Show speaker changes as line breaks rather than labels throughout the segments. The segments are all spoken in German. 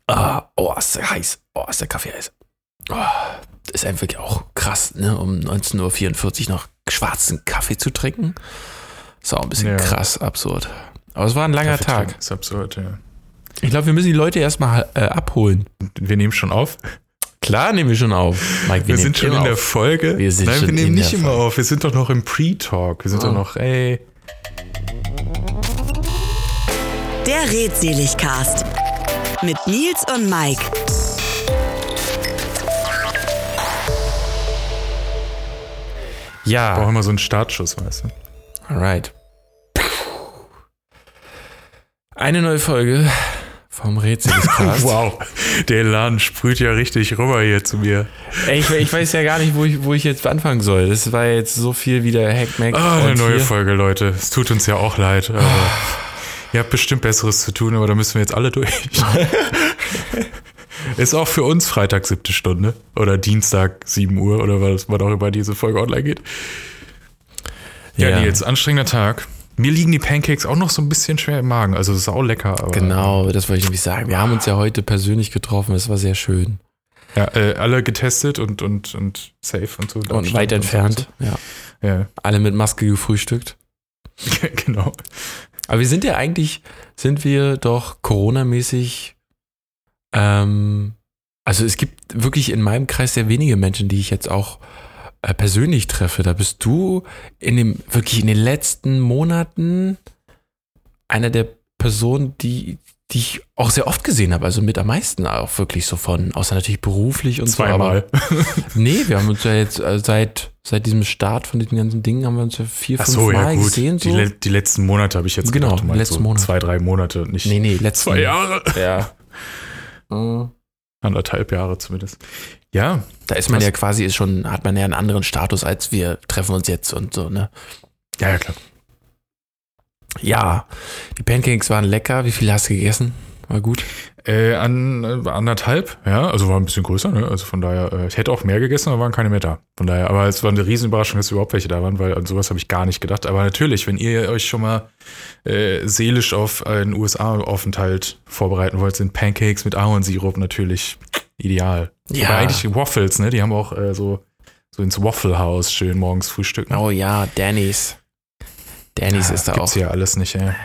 Ist der heiß. Ist der Kaffee heiß. Ist einfach auch krass, ne? Um 19.44 Uhr noch schwarzen Kaffee zu trinken. Ist auch ein bisschen krass, absurd. Aber es war ein langer Tag.
Ist absurd, ja.
Ich glaube, wir müssen die Leute erstmal abholen.
Wir nehmen schon auf?
Klar nehmen wir schon auf. Mike,
wir sind schon in der Folge.
Wir
nehmen nicht immer auf. Wir sind doch noch im Pre-Talk. Wir sind doch noch,
Der Redseligcast mit Nils und Mike.
Ja.
Ich brauche immer so einen Startschuss, weißt du.
Alright. Eine neue Folge vom Redseligcast.
Wow, der Laden sprüht ja richtig rüber hier zu mir.
Ey, ich weiß ja gar nicht, wo ich jetzt anfangen soll. Das war jetzt so viel wieder Hackmack.
Eine neue Folge, Leute. Es tut uns ja auch leid. Aber ihr habt bestimmt Besseres zu tun, aber da müssen wir jetzt alle durch. Ist auch für uns Freitag 7. Stunde oder Dienstag 7 Uhr oder was auch immer diese Folge online geht. Ja, Nils, anstrengender Tag. Mir liegen die Pancakes auch noch so ein bisschen schwer im Magen. Also, es ist auch lecker. Aber
genau, das wollte ich nämlich sagen. Wir haben uns ja heute persönlich getroffen. Es war sehr schön.
Ja, alle getestet und safe und so.
Und weit entfernt. So. Ja. Alle mit Maske gefrühstückt.
Genau.
Aber wir sind wir doch Corona-mäßig. Also, es gibt wirklich in meinem Kreis sehr wenige Menschen, die ich jetzt auch persönlich treffe. Da bist du in den letzten Monaten einer der Personen, die ich auch sehr oft gesehen habe, also mit am meisten auch wirklich so außer natürlich beruflich und
zweimal.
So. Aber nee, wir haben uns ja jetzt seit diesem Start von diesen ganzen Dingen haben wir uns ja 4-5 Mal gesehen. So.
Die letzten Monate habe ich jetzt
gedacht,
die letzten Monate. 2-3 Monate, nicht
letzten
2 Jahre.
Ja.
1,5 Jahre zumindest. Ja.
Da ist man ja quasi hat man ja einen anderen Status, als wir treffen uns jetzt und so, ne?
Ja, klar.
Ja, die Pancakes waren lecker. Wie viel hast du gegessen? War gut?
1,5, ja, also war ein bisschen größer, ne? Also von daher, ich hätte auch mehr gegessen, aber waren keine mehr da. Von daher, aber es war eine Riesenüberraschung, dass überhaupt welche da waren, weil an sowas habe ich gar nicht gedacht. Aber natürlich, wenn ihr euch schon mal seelisch auf einen USA-Aufenthalt vorbereiten wollt, sind Pancakes mit Ahornsirup natürlich ideal.
Ja.
Aber eigentlich Waffles, ne? Die haben auch so ins Waffle House schön morgens frühstücken.
Oh ja, Danny's ist da auch.
Gibt's hier alles nicht, ey.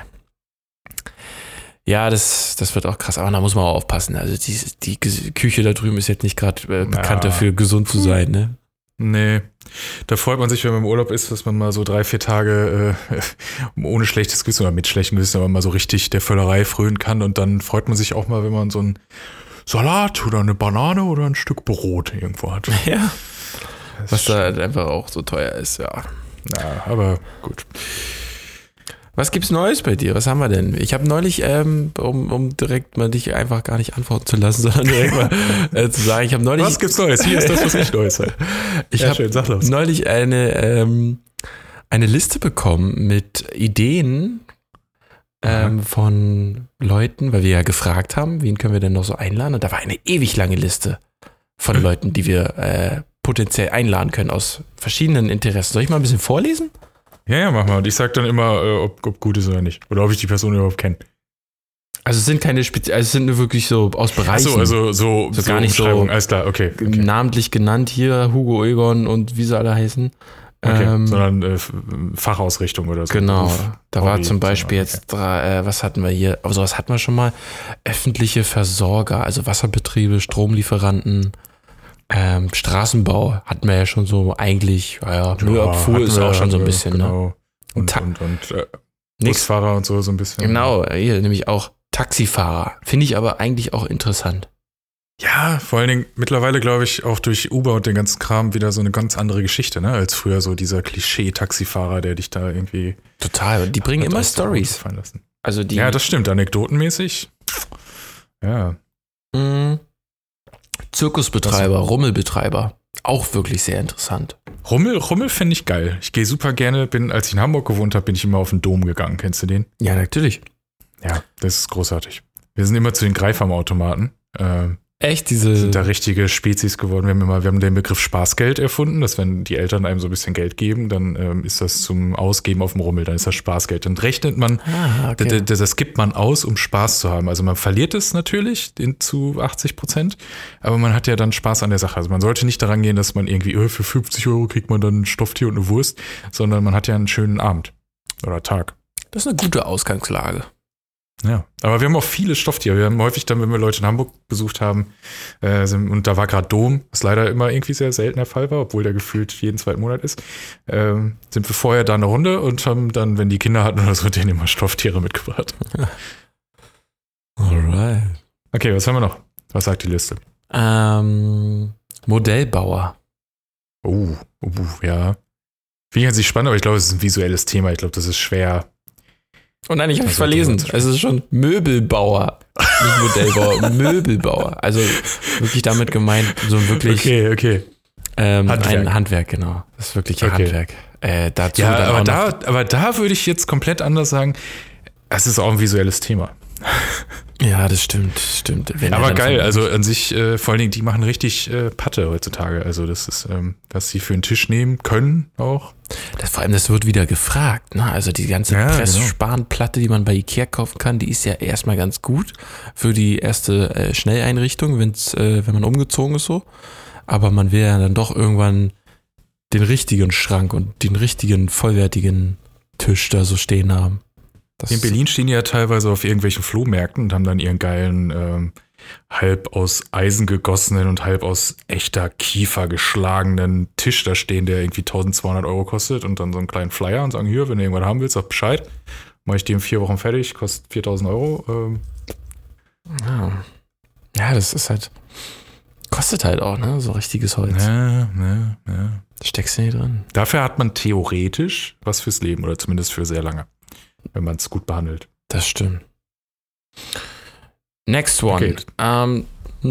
Ja, das wird auch krass, aber da muss man auch aufpassen. Also die Küche da drüben ist jetzt nicht gerade bekannt dafür, gesund zu sein, ne?
Nee, da freut man sich, wenn man im Urlaub ist, dass man mal so 3-4 Tage ohne schlechtes Gewissen oder mit schlechtem Gewissen, aber mal so richtig der Völlerei frönen kann und dann freut man sich auch mal, wenn man so einen Salat oder eine Banane oder ein Stück Brot irgendwo hat.
Ja, was da halt einfach auch so teuer ist, ja.
Ja, aber gut.
Was gibt's Neues bei dir? Was haben wir denn? Ich habe neulich, um direkt mal dich einfach gar nicht antworten zu lassen, sondern direkt mal zu sagen, ich habe neulich...
Was gibt's Neues? Hier ist das, was nicht Neues halt.
Ich habe neulich eine Liste bekommen mit Ideen von Leuten, weil wir ja gefragt haben, wen können wir denn noch so einladen? Und da war eine ewig lange Liste von Leuten, die wir potenziell einladen können aus verschiedenen Interessen. Soll ich mal ein bisschen vorlesen?
Ja, mach mal. Und ich sag dann immer, ob gut ist oder nicht. Oder ob ich die Person überhaupt kenne.
Also es sind keine es sind nur wirklich so aus Bereichen.
Achso, so
gar nicht so
alles klar, okay.
Namentlich genannt hier, Hugo Egon und wie sie alle heißen.
Okay, sondern Fachausrichtung oder so.
Genau, da war zum Beispiel jetzt, was hatten wir hier? Aber sowas hatten wir schon mal. Öffentliche Versorger, also Wasserbetriebe, Stromlieferanten, Straßenbau hatten wir ja schon so eigentlich, Müllabfuhr ist auch schon so ein bisschen,
genau.
Ne?
Und Busfahrer und so ein bisschen.
Genau, hier nämlich auch Taxifahrer. Finde ich aber eigentlich auch interessant.
Ja, vor allen Dingen mittlerweile, glaube ich, auch durch Uber und den ganzen Kram wieder so eine ganz andere Geschichte, ne? Als früher so dieser Klischee-Taxifahrer, der dich da irgendwie...
Total, die bringen immer Storys. Also
ja, das stimmt, anekdotenmäßig. Ja.
Zirkusbetreiber, Rummelbetreiber. Auch wirklich sehr interessant.
Rummel finde ich geil. Ich gehe super gerne, als ich in Hamburg gewohnt habe, bin ich immer auf den Dom gegangen. Kennst du den?
Ja, natürlich.
Ja, das ist großartig. Wir sind immer zu den Greifam-Automaten.
Echt,
Sind da richtige Spezies geworden. Wir haben den Begriff Spaßgeld erfunden, dass wenn die Eltern einem so ein bisschen Geld geben, dann ist das zum Ausgeben auf dem Rummel, dann ist das Spaßgeld. Dann rechnet man,
okay.
das gibt man aus, um Spaß zu haben. Also man verliert es natürlich zu 80%, aber man hat ja dann Spaß an der Sache. Also man sollte nicht daran gehen, dass man irgendwie, für 50 € kriegt man dann ein Stofftier und eine Wurst, sondern man hat ja einen schönen Abend oder Tag.
Das ist eine gute Ausgangslage.
Ja, aber wir haben auch viele Stofftiere. Wir haben häufig dann, wenn wir Leute in Hamburg besucht haben, und da war gerade Dom, was leider immer irgendwie sehr selten der Fall war, obwohl der gefühlt jeden zweiten Monat ist, sind wir vorher da eine Runde und haben dann, wenn die Kinder hatten oder so, denen immer Stofftiere mitgebracht.
Alright.
Okay, was haben wir noch? Was sagt die Liste?
Modellbauer.
Ja. Finde ich an sich spannend, aber ich glaube, es ist ein visuelles Thema. Ich glaube, das ist schwer.
Oh nein, ich habe es
Also,
verlesen. Es ist schon Möbelbauer, nicht Modellbauer, Möbelbauer. Also wirklich damit gemeint, so wirklich
Okay.
Handwerk. Ein Handwerk, genau. Das ist wirklich ein Handwerk. Dazu
Ja,
dann
aber da würde ich jetzt komplett anders sagen, es ist auch ein visuelles Thema.
Ja, das stimmt. Wenn
aber geil, also an sich, vor allen Dingen, die machen richtig Patte heutzutage. Also das ist, was sie für einen Tisch nehmen können auch.
Vor allem, das wird wieder gefragt, ne? Also die ganze Pressspanplatte, die man bei Ikea kaufen kann, die ist ja erstmal ganz gut für die erste Schnelleinrichtung, wenn man umgezogen ist so. Aber man will ja dann doch irgendwann den richtigen Schrank und den richtigen vollwertigen Tisch da so stehen haben.
In Berlin stehen die ja teilweise auf irgendwelchen Flohmärkten und haben dann ihren geilen, halb aus Eisen gegossenen und halb aus echter Kiefer geschlagenen Tisch da stehen, der irgendwie 1.200 € kostet und dann so einen kleinen Flyer und sagen, hier, wenn du irgendwas haben willst, sag Bescheid. Mach ich dir in 4 Wochen fertig, kostet 4.000 €.
Ja, das ist halt, kostet halt auch, ne, so richtiges Holz.
Ja.
Steckst du nicht drin.
Dafür hat man theoretisch was fürs Leben oder zumindest für sehr lange, wenn man es gut behandelt.
Das stimmt. Next one.
Okay.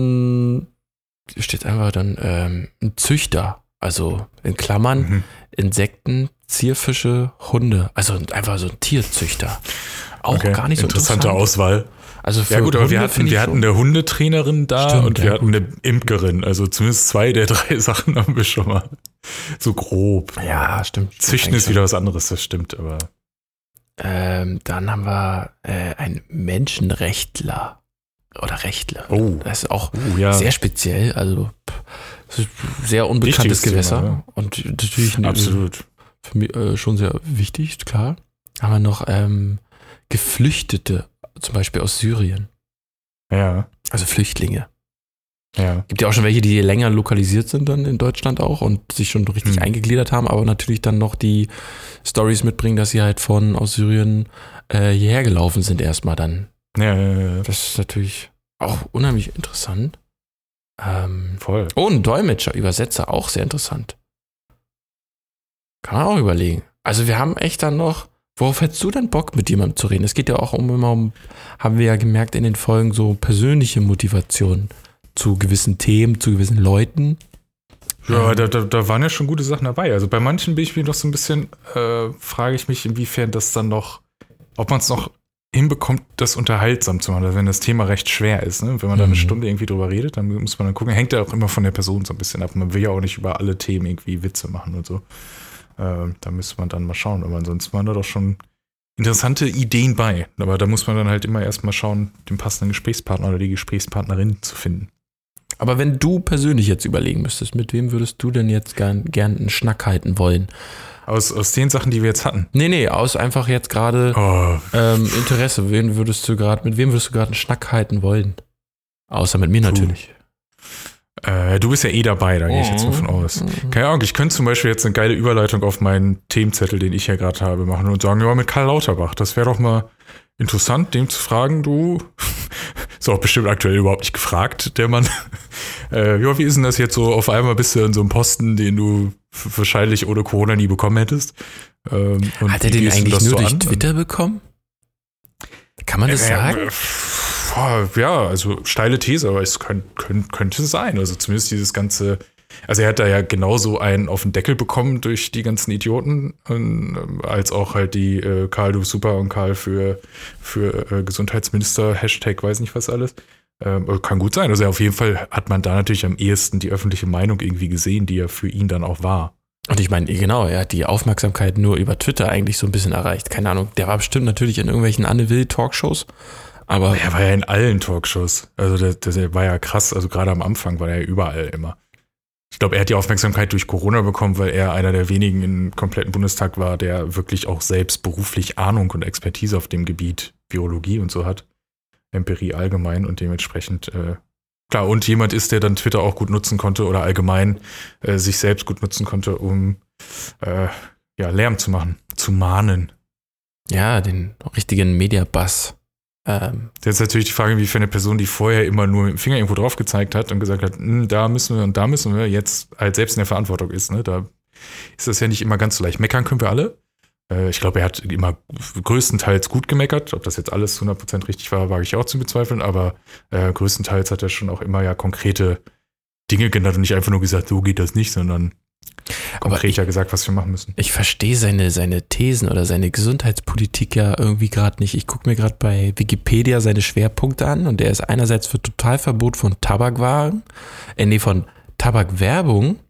Hier steht einfach dann ein Züchter. Also in Klammern Insekten, Zierfische, Hunde. Also einfach so ein Tierzüchter. Auch gar nicht so
interessante Auswahl.
Also für
ja gut, aber
Hunde
wir hatten eine Hundetrainerin da.
Stimmt,
und wir hatten eine Imkerin. Also zumindest 2 der 3 Sachen haben wir schon mal so grob.
Ja, stimmt.
Züchten ist wieder was anderes, das stimmt, aber.
Dann haben wir einen Menschenrechtler oder Rechtler.
Oh.
Das ist auch sehr speziell, also sehr unbekanntes Gewässer.
Thema, ja.
Und natürlich
absolut
für mich schon sehr wichtig, klar. Haben wir noch Geflüchtete, zum Beispiel aus Syrien.
Ja.
Also Flüchtlinge.
Ja.
Gibt ja auch schon welche, die länger lokalisiert sind dann in Deutschland auch und sich schon richtig eingegliedert haben, aber natürlich dann noch die Storys mitbringen, dass sie halt aus Syrien hierher gelaufen sind erstmal dann.
Ja.
Das ist natürlich auch unheimlich interessant.
Voll.
Oh, ein Dolmetscher, Übersetzer, auch sehr interessant. Kann man auch überlegen. Also wir haben echt dann noch, worauf hättest du denn Bock, mit jemandem zu reden? Es geht ja auch immer um, haben wir ja gemerkt in den Folgen, so persönliche Motivation zu gewissen Themen, zu gewissen Leuten.
Ja, da waren ja schon gute Sachen dabei. Also bei manchen bin ich mir doch so ein bisschen, frage ich mich, inwiefern das dann noch, ob man es noch hinbekommt, das unterhaltsam zu machen, also wenn das Thema recht schwer ist. Ne? Wenn man da eine Stunde irgendwie drüber redet, dann muss man dann gucken. Hängt ja auch immer von der Person so ein bisschen ab. Man will ja auch nicht über alle Themen irgendwie Witze machen und so. Da müsste man dann mal schauen. Aber ansonsten waren da doch schon interessante Ideen bei. Aber da muss man dann halt immer erstmal schauen, den passenden Gesprächspartner oder die Gesprächspartnerin zu finden.
Aber wenn du persönlich jetzt überlegen müsstest, mit wem würdest du denn jetzt gern einen Schnack halten wollen?
Aus den Sachen, die wir jetzt hatten?
Nee, aus einfach jetzt gerade Interesse. Mit wem würdest du gerade einen Schnack halten wollen? Außer mit mir natürlich.
Du bist ja eh dabei, da gehe ich jetzt mal von aus. Keine Ahnung, ich könnte zum Beispiel jetzt eine geile Überleitung auf meinen Themenzettel, den ich hier gerade habe, machen und sagen, ja, mit Karl Lauterbach, das wäre doch mal interessant, dem zu fragen, du, ist auch bestimmt aktuell überhaupt nicht gefragt, der Mann. Wie ist denn das jetzt so, auf einmal bist du in so einem Posten, den du wahrscheinlich ohne Corona nie bekommen hättest.
Hat er den eigentlich nur durch Twitter bekommen? Kann man das sagen?
Ja, also steile These, aber es könnte sein. Also zumindest dieses ganze, also er hat da ja genauso einen auf den Deckel bekommen durch die ganzen Idioten, als auch halt die Karl, du super und Karl für Gesundheitsminister, Hashtag weiß nicht was alles. Kann gut sein. Also auf jeden Fall hat man da natürlich am ehesten die öffentliche Meinung irgendwie gesehen, die ja für ihn dann auch war.
Und ich meine, genau, er hat die Aufmerksamkeit nur über Twitter eigentlich so ein bisschen erreicht. Keine Ahnung, der war bestimmt natürlich in irgendwelchen Anne Will-Talkshows, aber
Er war ja in allen Talkshows. Also der war ja krass. Also gerade am Anfang war er ja überall immer. Ich glaube, er hat die Aufmerksamkeit durch Corona bekommen, weil er einer der wenigen im kompletten Bundestag war, der wirklich auch selbst beruflich Ahnung und Expertise auf dem Gebiet Biologie und so hat. Empirie allgemein und dementsprechend, klar, und jemand ist, der dann Twitter auch gut nutzen konnte oder allgemein sich selbst gut nutzen konnte, um Lärm zu machen, zu mahnen.
ja, den richtigen Media-Buzz.
Jetzt ist natürlich die Frage, wie für eine Person, die vorher immer nur mit dem Finger irgendwo drauf gezeigt hat und gesagt hat, da müssen wir und da müssen wir, jetzt halt selbst in der Verantwortung ist, ne? Da ist das ja nicht immer ganz so leicht. Meckern können wir alle. Ich glaube, er hat immer größtenteils gut gemeckert. Ob das jetzt alles 100% richtig war, wage ich auch zu bezweifeln. Aber größtenteils hat er schon auch immer ja konkrete Dinge genannt und nicht einfach nur gesagt, so geht das nicht, sondern konkret gesagt, was wir machen müssen.
Ich verstehe seine Thesen oder seine Gesundheitspolitik ja irgendwie gerade nicht. Ich gucke mir gerade bei Wikipedia seine Schwerpunkte an und er ist einerseits für Totalverbot von Tabakwaren, von Tabakwerbung,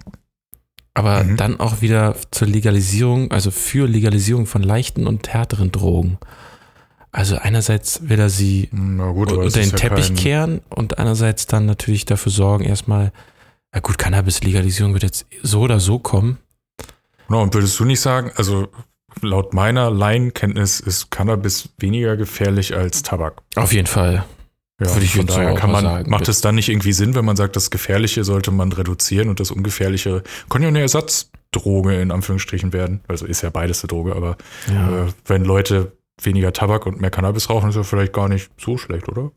aber dann auch wieder zur Legalisierung, also für Legalisierung von leichten und härteren Drogen. Also einerseits will er sie unter den Teppich kehren und andererseits dann natürlich dafür sorgen, erstmal, ja gut, Cannabis-Legalisierung wird jetzt so oder so kommen.
Genau, und würdest du nicht sagen, also laut meiner Laienkenntnis ist Cannabis weniger gefährlich als Tabak?
Auf jeden Fall.
Ja,
würde ich
von
jetzt
daher
auch mal sagen.
Macht es dann nicht irgendwie Sinn, wenn man sagt, das Gefährliche sollte man reduzieren und das Ungefährliche kann ja eine Ersatzdroge in Anführungsstrichen werden. Also ist ja beides eine Droge, aber wenn Leute weniger Tabak und mehr Cannabis rauchen, ist ja vielleicht gar nicht so schlecht, oder?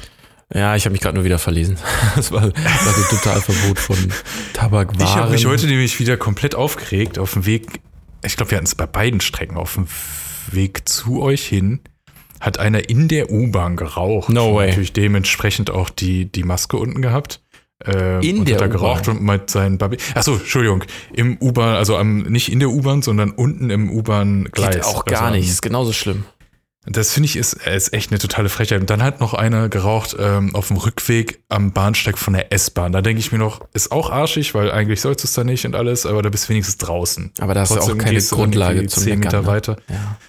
Ja, ich habe mich gerade nur wieder verlesen. Das war so Totalverbot von Tabakwaren.
Ich habe mich heute nämlich wieder komplett aufgeregt auf dem Weg, ich glaube, wir hatten es bei beiden Strecken, auf dem Weg zu euch hin, hat einer in der U-Bahn geraucht.
No way.
Natürlich dementsprechend auch die Maske unten gehabt.
In der
hat er
U-Bahn?
geraucht und mit seinen Babi. Achso, Entschuldigung. Im U-Bahn, also nicht in der U-Bahn, sondern unten im U-Bahn-Gleis.
Geht auch gar nicht, ist genauso schlimm.
Das finde ich ist echt eine totale Frechheit. Und dann hat noch einer geraucht auf dem Rückweg am Bahnsteig von der S-Bahn. Da denke ich mir noch, ist auch arschig, weil eigentlich sollst du es da nicht und alles, aber da bist du wenigstens draußen.
Aber da hast du auch keine Grundlage zum
10 Meter
Meckern, ne?
weiter.
Ja.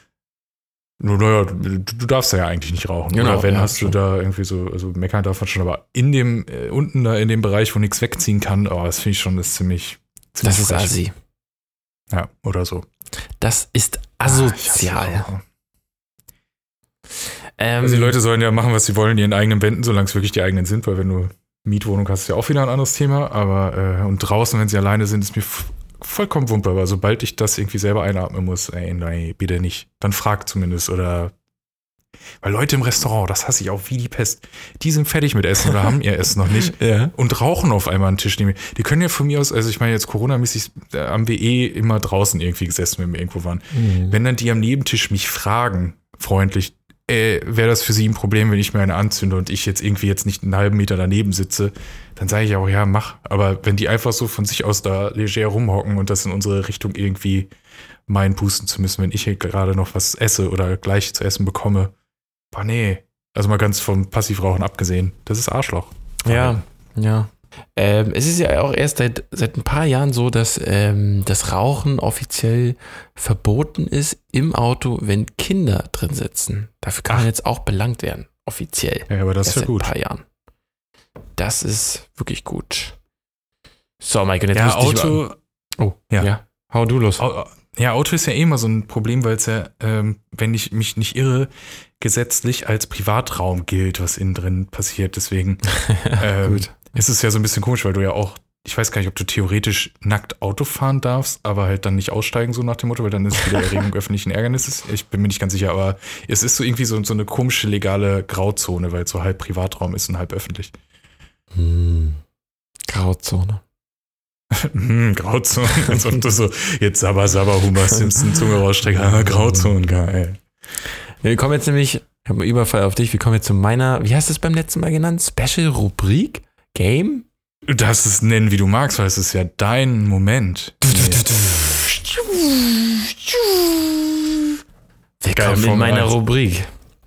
Naja, du darfst ja eigentlich nicht rauchen.
Genau,
Oder wenn,
ja,
hast
schon.
du da irgendwie so, also meckern darf man schon, aber in dem, unten da in dem Bereich, wo nichts wegziehen kann, das finde ich schon, ist ziemlich
Das ist
frech.
assi.
Ja, oder so.
Das ist
Ich hasse
asozial.
Rauchen. Also die Leute sollen ja machen, was sie wollen in ihren eigenen Wänden, solange es wirklich die eigenen sind, weil wenn du Mietwohnung hast, ist ja auch wieder ein anderes Thema, aber und draußen, wenn sie alleine sind, ist mir vollkommen wumpe, aber sobald ich das irgendwie selber einatmen muss, nein, bitte nicht, dann frag zumindest oder weil Leute im Restaurant, das hasse ich auch wie die Pest, die sind fertig mit Essen oder haben ihr Essen noch nicht
Ja.
und rauchen auf einmal einen Tisch. Die können ja von mir aus, also ich meine jetzt Corona-mäßig, haben wir immer draußen irgendwie gesessen, wenn wir irgendwo waren. Wenn dann die am Nebentisch mich fragen, freundlich, wäre das für sie ein Problem, wenn ich mir eine anzünde und ich jetzt irgendwie nicht einen halben Meter daneben sitze, dann sage ich auch, ja, mach. Aber wenn die einfach so von sich aus da leger rumhocken und das in unsere Richtung irgendwie meinen pusten zu müssen, wenn ich hier gerade noch was esse oder gleich zu essen bekomme, boah, nee. Also mal ganz vom Passivrauchen abgesehen, das ist Arschloch.
Ja. Es ist ja auch erst seit ein paar Jahren so, dass das Rauchen offiziell verboten ist im Auto, wenn Kinder drin sitzen. Dafür kann man jetzt auch belangt werden, offiziell.
Ja, aber das ist
Erst
ja
seit
gut.
ein paar Jahren. Das ist wirklich gut. So, Mike, und jetzt
Ja,
musst du dich
Auto,
Oh, ja. Hau du los.
Ja, Auto ist ja eh immer so ein Problem, weil es ja, wenn ich mich nicht irre, gesetzlich als Privatraum gilt, was innen drin passiert. Deswegen
Gut.
ist es ja so ein bisschen komisch, weil du ja auch, ich weiß gar nicht, ob du theoretisch nackt Auto fahren darfst, aber halt dann nicht aussteigen, so nach dem Motto, weil dann ist wieder Erregung öffentlichen Ärgernisses. Ich bin mir nicht ganz sicher, aber es ist so irgendwie so eine komische legale Grauzone, weil es so halb Privatraum ist und halb öffentlich.
Grauzone.
Grauzone, als ob du so jetzt Sabber, Homer Simpson Zunge rausstreckst. Grauzone, geil.
Wir kommen jetzt nämlich, ich habe einen Überfall auf dich, wir kommen jetzt zu meiner, wie hast du es beim letzten Mal genannt? Special-Rubrik? Game?
Du darfst es nennen, wie du magst, weil es ist ja dein Moment.
Willkommen in meiner Rubrik.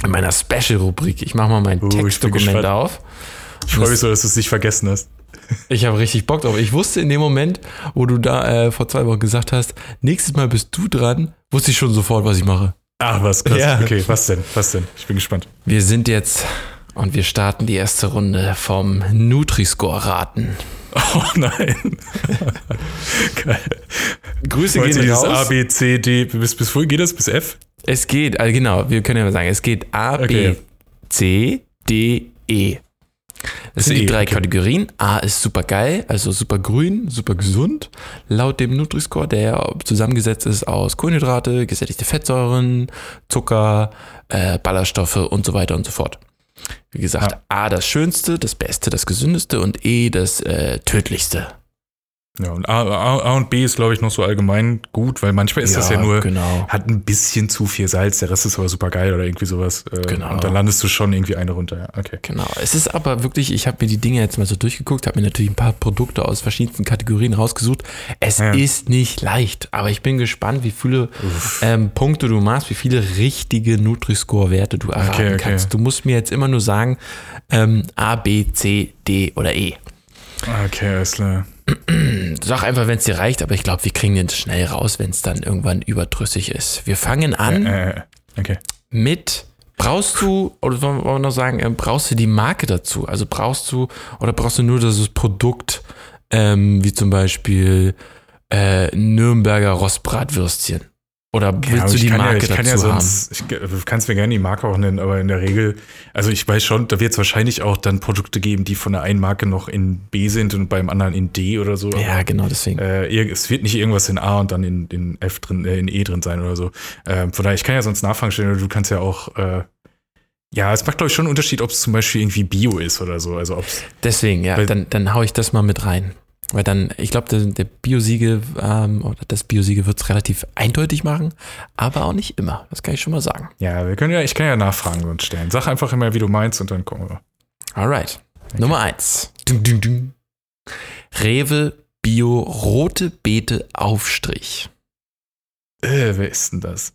in meiner Special-Rubrik. Ich mache mal mein Textdokument auf.
Ich freue mich so, dass du es nicht vergessen hast.
Ich habe richtig Bock drauf. Ich wusste in dem Moment, wo du da vor 2 Wochen gesagt hast, nächstes Mal bist du dran, wusste ich schon sofort, was ich mache.
Ach, was krass.
Ja.
Okay, was denn? Ich bin gespannt.
Wir sind jetzt und wir starten die erste Runde vom Nutri-Score-Raten.
Oh nein. Geil.
Grüße
Meinst du
gehen
dieses
raus.
A, B, C, D, bis wohin geht das? Bis F?
Es geht, also genau, wir können ja mal sagen, es geht A,
Okay.
B, C, D, E. Das sind die 3 Kategorien. A ist super geil, also super grün, super gesund, laut dem Nutri-Score, der zusammengesetzt ist aus Kohlenhydrate, gesättigte Fettsäuren, Zucker, Ballaststoffe und so weiter und so fort. Wie gesagt, A das Schönste, das Beste, das Gesündeste und E das Tödlichste.
Ja, und A und B ist, glaube ich, noch so allgemein gut, weil manchmal ist das ja nur, hat ein bisschen zu viel Salz, der Rest ist aber super geil oder irgendwie sowas.
Genau.
Und dann landest du schon irgendwie eine runter, ja. Okay.
Genau. Es ist aber wirklich, ich habe mir die Dinge jetzt mal so durchgeguckt, habe mir natürlich ein paar Produkte aus verschiedensten Kategorien rausgesucht. Es ist nicht leicht, aber ich bin gespannt, wie viele Punkte du machst, wie viele richtige Nutri-Score-Werte du erraten kannst. Du musst mir jetzt immer nur sagen, A, B, C, D oder E.
Okay, alles klar.
Sag einfach, wenn es dir reicht, aber ich glaube, wir kriegen den schnell raus, wenn es dann irgendwann überdrüssig ist. Wir fangen an mit, brauchst du, oder wollen wir noch sagen, brauchst du die Marke dazu? Also brauchst du nur das Produkt, wie zum Beispiel Nürnberger Rostbratwürstchen? Oder willst du die Marke dazu haben?
Du kannst mir gerne die Marke auch nennen, aber in der Regel, also ich weiß schon, da wird es wahrscheinlich auch dann Produkte geben, die von der einen Marke noch in B sind und beim anderen in D oder so.
Ja,
aber,
genau, deswegen.
Es wird nicht irgendwas in A und dann in F drin, in E drin sein oder so. Von daher, ich kann ja sonst Nachfragen stellen, oder du kannst ja auch, es macht, glaube ich, schon einen Unterschied, ob es zum Beispiel irgendwie Bio ist oder so. Also ob's,
deswegen, ja, dann hau ich das mal mit rein. Weil dann, ich glaube, der Biosiegel oder das Biosiegel wird es relativ eindeutig machen, aber auch nicht immer. Das kann ich schon mal sagen.
Ja, ich kann ja Nachfragen sonst stellen. Sag einfach immer, wie du meinst und dann gucken wir.
Alright. Okay. Nummer 1. Rewe Bio rote Beete Aufstrich.
Wer ist denn das?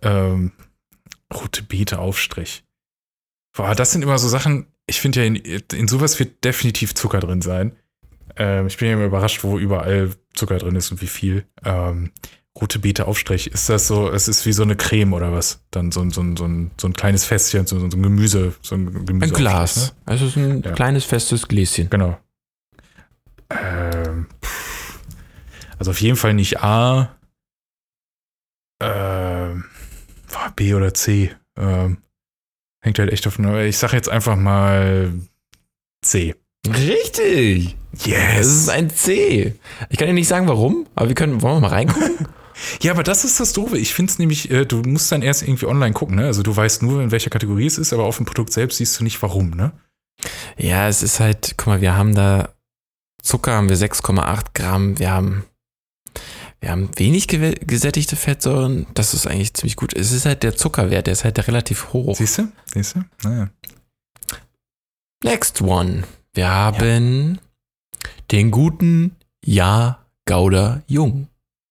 Rote Beete Aufstrich. Boah, das sind immer so Sachen, ich finde ja, in sowas wird definitiv Zucker drin sein. Ich bin ja immer überrascht, wo überall Zucker drin ist und wie viel. Rote Beete Aufstrich, ist das so, es ist wie so eine Creme oder was? Dann so ein kleines Fässchen, so ein Gemüse.
Ein Glas. Ne? Also es ist ein kleines, festes Gläschen.
Genau. Also auf jeden Fall nicht A. B oder C. Hängt halt echt davon. Ich sag jetzt einfach mal C.
Richtig!
Yes!
Das ist ein C. Ich kann dir nicht sagen, warum, aber wollen wir mal reingucken?
Ja, aber das ist das Doofe. Ich finde es nämlich, du musst dann erst irgendwie online gucken, ne? Also du weißt nur, in welcher Kategorie es ist, aber auf dem Produkt selbst siehst du nicht, warum, ne?
Ja, es ist halt, guck mal, wir haben da Zucker, haben wir 6,8 Gramm, wir haben wenig gesättigte Fettsäuren, das ist eigentlich ziemlich gut. Es ist halt der Zuckerwert, der ist halt relativ hoch.
Siehst du? Naja.
Next one. Wir haben den guten Gouda Jung.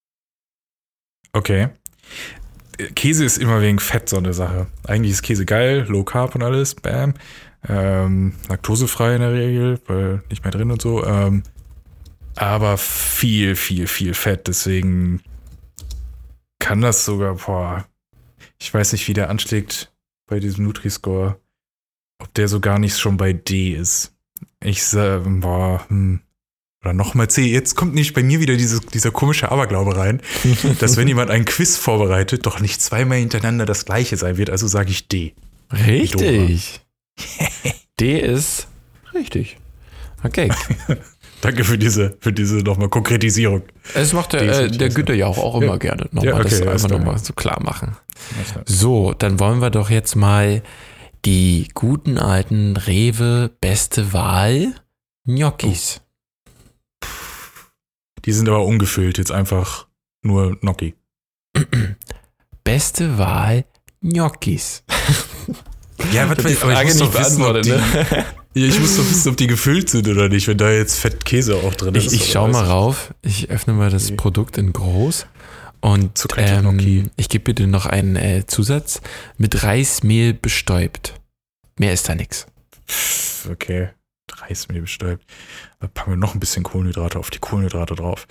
Okay. Käse ist immer wegen Fett so eine Sache. Eigentlich ist Käse geil, Low Carb und alles, bam. Laktosefrei in der Regel, weil nicht mehr drin und so. Aber viel, viel, viel Fett, deswegen kann das sogar, ich weiß nicht, wie der anschlägt bei diesem Nutri-Score, ob der so gar nicht schon bei D ist. Ich sag, oder nochmal C. Jetzt kommt nicht bei mir wieder dieser komische Aberglaube rein, dass wenn jemand einen Quiz vorbereitet, doch nicht zweimal hintereinander das gleiche sein wird. Also sage ich D.
Richtig. D ist richtig. Okay.
Danke für diese nochmal Konkretisierung.
Es macht der Günther ja auch immer gerne nochmal das einfach nochmal so klar machen. So, dann wollen wir doch jetzt mal die guten alten Rewe beste Wahl Gnocchis.
Die sind aber ungefüllt, jetzt einfach nur Gnocchi.
Beste Wahl Gnocchis.
Ja, was ich muss doch wissen, ich muss doch wissen, ob die gefüllt sind oder nicht, wenn da jetzt Fettkäse auch drin ist.
Ich schau mal rauf. Ich öffne mal das Produkt in groß Und
Zuckerti Gnocchi.
ich gebe bitte noch einen Zusatz. Mit Reismehl bestäubt. Mehr ist da nichts.
Okay, Reismehl bestäubt. Da packen wir noch ein bisschen Kohlenhydrate auf die Kohlenhydrate drauf.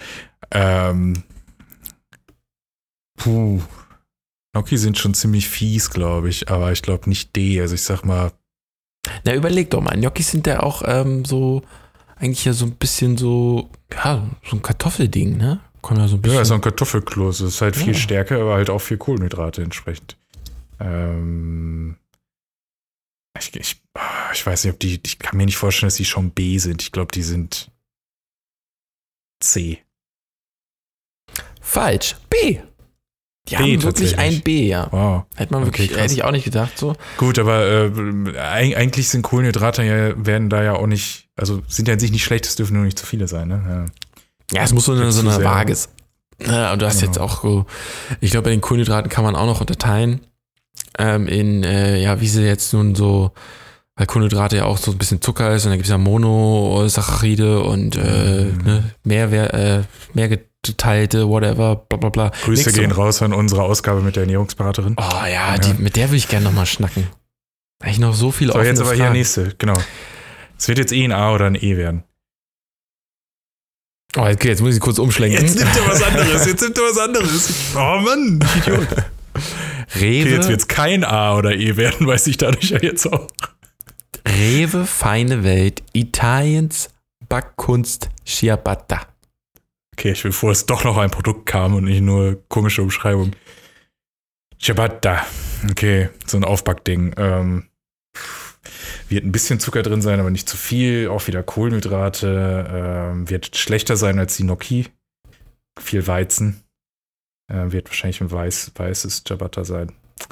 Gnocchi sind schon ziemlich fies, glaube ich, aber ich glaube nicht D. Also ich sag mal.
Na, überleg doch mal. Gnocchis sind ja auch so, eigentlich ja so ein bisschen so, ja, so ein Kartoffelding, ne? Kommt ja so ein bisschen.
Ja, so ein Kartoffelkloß. Es ist halt viel Stärke, aber halt auch viel Kohlenhydrate entsprechend. Ich weiß nicht, ob ich kann mir nicht vorstellen, dass die schon B sind. Ich glaube, die sind C.
Falsch. B. Die haben wirklich ein B, ja.
Wow.
Hätte ich auch nicht gedacht, so.
Gut, aber eigentlich sind Kohlenhydrate werden da ja auch nicht, also sind ja an sich nicht schlecht, es dürfen nur nicht zu viele sein, ne?
Ja, es muss so eine Waage sein. Ja, und du hast jetzt auch so, ich glaube, bei den Kohlenhydraten kann man auch noch unterteilen wie sie jetzt nun so, weil Kohlenhydrate ja auch so ein bisschen Zucker ist und dann gibt es ja Monosaccharide und mehr geteilte, whatever, bla bla bla.
Grüße gehen raus an unsere Ausgabe mit der Ernährungsberaterin.
Oh ja, mit der würde ich gerne nochmal schnacken. Weil ich noch so viele
offene Fragen. So, jetzt aber hier nächste, genau. Es wird jetzt ein A oder ein E werden.
Oh, okay, jetzt muss ich kurz umschlenken.
Jetzt nimmt er was anderes. Oh Mann, Idiot.
Rewe.
Okay, jetzt wird es kein A oder E werden, weiß ich dadurch ja jetzt auch.
Rewe, feine Welt, Italiens Backkunst Ciabatta.
Okay, ich will vor, dass doch noch ein Produkt kam und nicht nur komische Umschreibung. Ciabatta. Okay, so ein Aufbackding. Wird ein bisschen Zucker drin sein, aber nicht zu viel. Auch wieder Kohlenhydrate. Wird schlechter sein als die Gnocchi. Viel Weizen. Wird wahrscheinlich ein weißes Ciabatta sein.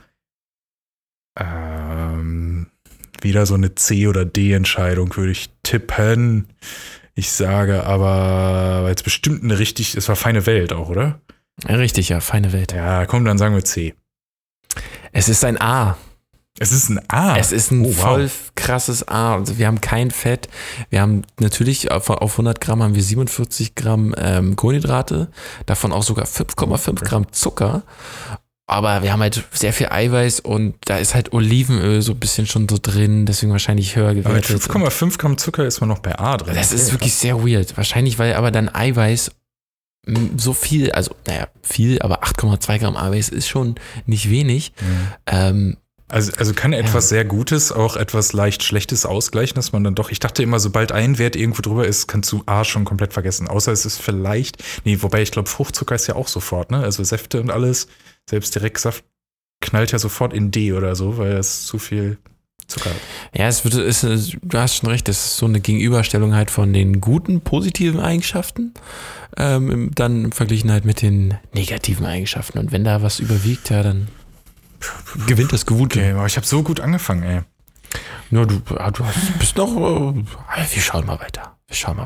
Wieder so eine C- oder D-Entscheidung würde ich tippen. Ich sage aber jetzt bestimmt es war feine Welt auch, oder?
Ja, richtig, ja, feine Welt.
Ja, komm, dann sagen wir C.
Es ist ein A.
Es ist ein A?
Es ist ein voll krasses A. Also wir haben kein Fett. Wir haben natürlich auf 100 Gramm haben wir 47 Gramm Kohlenhydrate. Davon auch sogar 5,5 Gramm Zucker. Aber wir haben halt sehr viel Eiweiß und da ist halt Olivenöl so ein bisschen schon so drin, deswegen wahrscheinlich höher gewertet.
Aber mit 5,5 Gramm Zucker ist man noch bei A drin.
Das ist wirklich sehr weird. Wahrscheinlich, weil aber dann Eiweiß so viel, also naja, viel, aber 8,2 Gramm Eiweiß ist schon nicht wenig.
Mhm. Also kann etwas sehr Gutes auch etwas leicht Schlechtes ausgleichen, dass man dann doch, ich dachte immer, sobald ein Wert irgendwo drüber ist, kannst du A schon komplett vergessen. Außer es ist vielleicht, wobei ich glaube, Fruchtzucker ist ja auch sofort, ne? Also Säfte und alles, selbst Direktsaft knallt ja sofort in D oder so, weil es zu viel Zucker hat.
Ja, du hast schon recht, das ist so eine Gegenüberstellung halt von den guten, positiven Eigenschaften, dann im Vergleich halt mit den negativen Eigenschaften. Und wenn da was überwiegt, ja, dann gewinnt das Gute.
Okay, aber ich habe so gut angefangen, ey.
Ja, bist noch. Wir schauen mal weiter.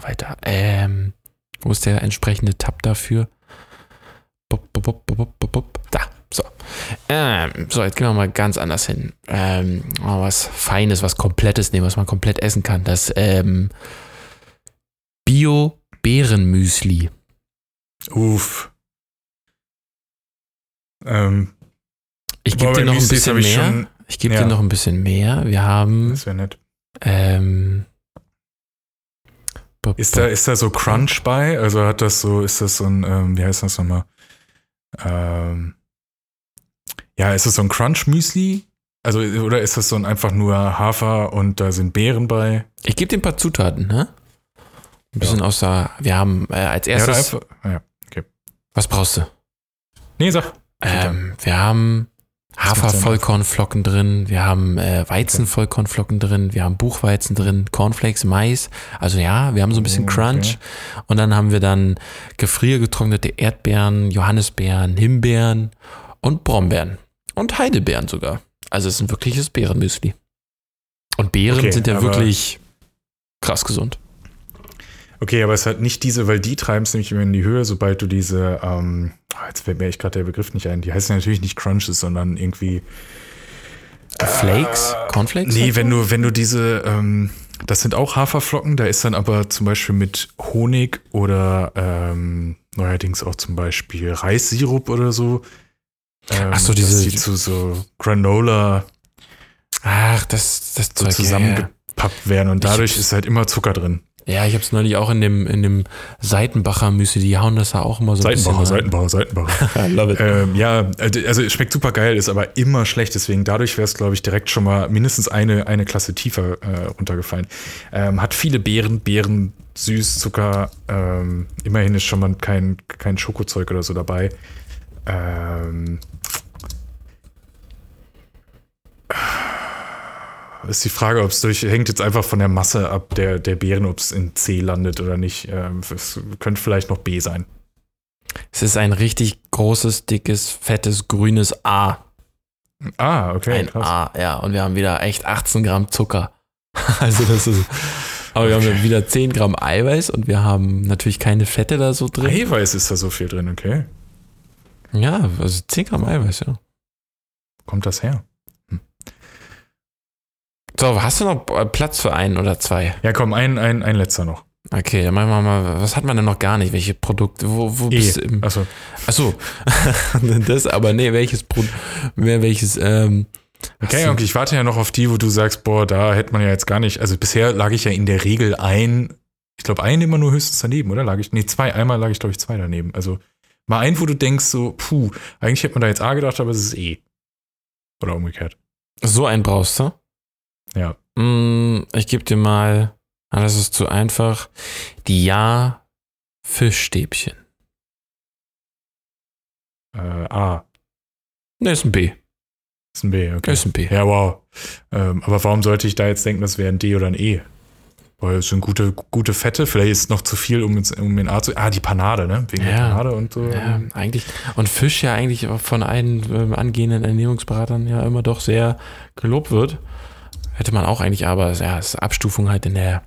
Wo ist der entsprechende Tab dafür? Da. So. So, jetzt gehen wir mal ganz anders hin. Was Feines, was Komplettes nehmen, was man komplett essen kann. Das Bio-Beerenmüsli.
Uff.
Ich gebe dir noch ein bisschen mehr. Dir noch ein bisschen mehr. Wir haben.
Das wäre nett. Ist da so Crunch bei? Also ist das so ein, wie heißt das nochmal? Ist das so ein Crunch-Müsli? Also, oder ist das so ein einfach nur Hafer und da sind Beeren bei?
Ich gebe dir ein paar Zutaten, ne? Ein bisschen wir haben als erstes.
Okay.
Was brauchst du?
Nee, sag.
Wir haben Hafer-Vollkornflocken drin, wir haben Weizen-Vollkornflocken drin, wir haben Buchweizen drin, Cornflakes, Mais. Also ja, wir haben so ein bisschen Crunch. Okay. Und dann haben wir dann gefriergetrocknete Erdbeeren, Johannisbeeren, Himbeeren und Brombeeren. Und Heidelbeeren sogar. Also es ist ein wirkliches Beerenmüsli. Und Beeren sind ja wirklich krass gesund.
Okay, aber es hat nicht weil die treiben es nämlich immer in die Höhe, sobald du diese, jetzt fällt mir echt gerade der Begriff nicht ein, die heißen natürlich nicht Crunches, sondern irgendwie
Flakes? Cornflakes?
Nee, wenn du diese, das sind auch Haferflocken, da ist dann aber zum Beispiel mit Honig oder neuerdings auch zum Beispiel Reissirup oder so.
Ach so,
dass die zu so Granola
das
so
Zeug,
zusammengepappt werden und dadurch ist halt immer Zucker drin.
Ja, ich habe es neulich auch in dem Seitenbacher Müsli, die hauen das da auch immer so ein bisschen rein.
Seitenbacher.
I love it.
Ja, also es schmeckt super geil, ist aber immer schlecht, deswegen dadurch wäre es, glaube ich, direkt schon mal mindestens eine Klasse tiefer runtergefallen. Hat viele Beeren, süß, Zucker, immerhin ist schon mal kein Schokozeug oder so dabei. Ist die Frage, ob es hängt jetzt einfach von der Masse ab der Beeren, ob es in C landet oder nicht. Es könnte vielleicht noch B sein.
Es ist ein richtig großes, dickes, fettes, grünes A.
Ah, okay.
Ein
krass.
A, ja. Und wir haben wieder echt 18 Gramm Zucker. Also das ist... Aber wir haben wieder 10 Gramm Eiweiß und wir haben natürlich keine Fette da so drin.
Eiweiß ist da so viel drin, okay.
Ja, also 10 Gramm Eiweiß, ja.
Wo kommt das her?
So, hast du noch Platz für einen oder zwei?
Ja, komm, ein letzter noch.
Okay, dann machen wir mal, was hat man denn noch gar nicht? Welche Produkte, wo bist du im... Achso, das aber, nee, welches Produkt,
Okay, ich warte ja noch auf die, wo du sagst, boah, da hätte man ja jetzt gar nicht, also bisher lag ich ja in der Regel ich glaube immer nur höchstens daneben, oder? Einmal lag ich, glaube ich, 2 daneben. Also mal ein, wo du denkst so, eigentlich hätte man da jetzt A gedacht, aber es ist E. Oder umgekehrt.
So einen brauchst du?
Ja.
Ich gebe dir mal, das ist zu einfach, die Ja-Fischstäbchen.
A.
Ne, ist ein B.
Ist ein B, okay.
Ist ein B.
Ja, wow. Aber warum sollte ich da jetzt denken, das wäre ein D oder ein E? Weil es sind gute Fette, vielleicht ist es noch zu viel, um in A zu... die Panade, ne? Wegen der Panade und so.
Ja, eigentlich. Und Fisch ja eigentlich von allen angehenden Ernährungsberatern ja immer doch sehr gelobt wird. Hätte man auch eigentlich, aber ja, es ist Abstufung halt in der...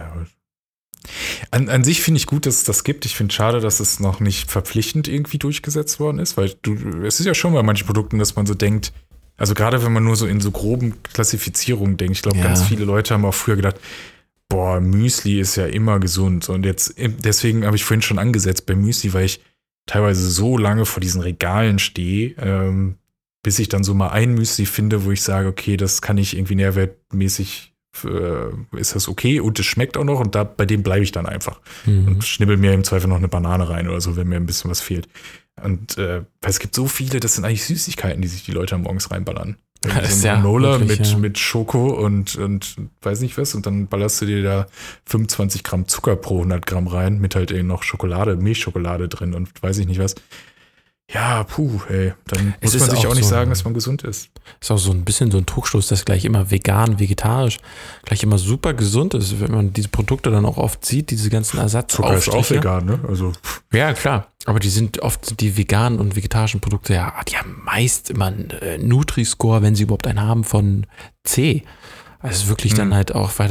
An sich finde ich gut, dass es das gibt. Ich finde es schade, dass es noch nicht verpflichtend irgendwie durchgesetzt worden ist, weil es ist ja schon bei manchen Produkten, dass man so denkt, also gerade wenn man nur so in so groben Klassifizierungen denkt, ich glaube, ganz viele Leute haben auch früher gedacht, boah, Müsli ist ja immer gesund. Und jetzt, deswegen habe ich vorhin schon angesetzt bei Müsli, weil ich teilweise so lange vor diesen Regalen stehe, bis ich dann so mal ein Müsli finde, wo ich sage, okay, das kann ich irgendwie nährwertmäßig, ist das okay und es schmeckt auch noch und bei dem bleibe ich dann einfach und schnibbel mir im Zweifel noch eine Banane rein oder so, wenn mir ein bisschen was fehlt. Und weil es gibt so viele, das sind eigentlich Süßigkeiten, die sich die Leute morgens reinballern. So ein Granola mit Schoko und weiß nicht was und dann ballerst du dir da 25 Gramm Zucker pro 100 Gramm rein mit halt eben noch Milchschokolade drin und weiß ich nicht was. Ja, dann muss man sich auch nicht sagen, dass man gesund ist.
Ist auch so ein bisschen so ein Trugschluss, dass gleich immer vegan, vegetarisch gleich immer super gesund ist, wenn man diese Produkte dann auch oft sieht, diese ganzen Ersatzaufstriche.
Zucker ist auch vegan, ne? Also.
Ja, klar. Aber die veganen und vegetarischen Produkte, die haben meist immer einen Nutri-Score, wenn sie überhaupt einen haben, von C. Also wirklich dann halt auch, weil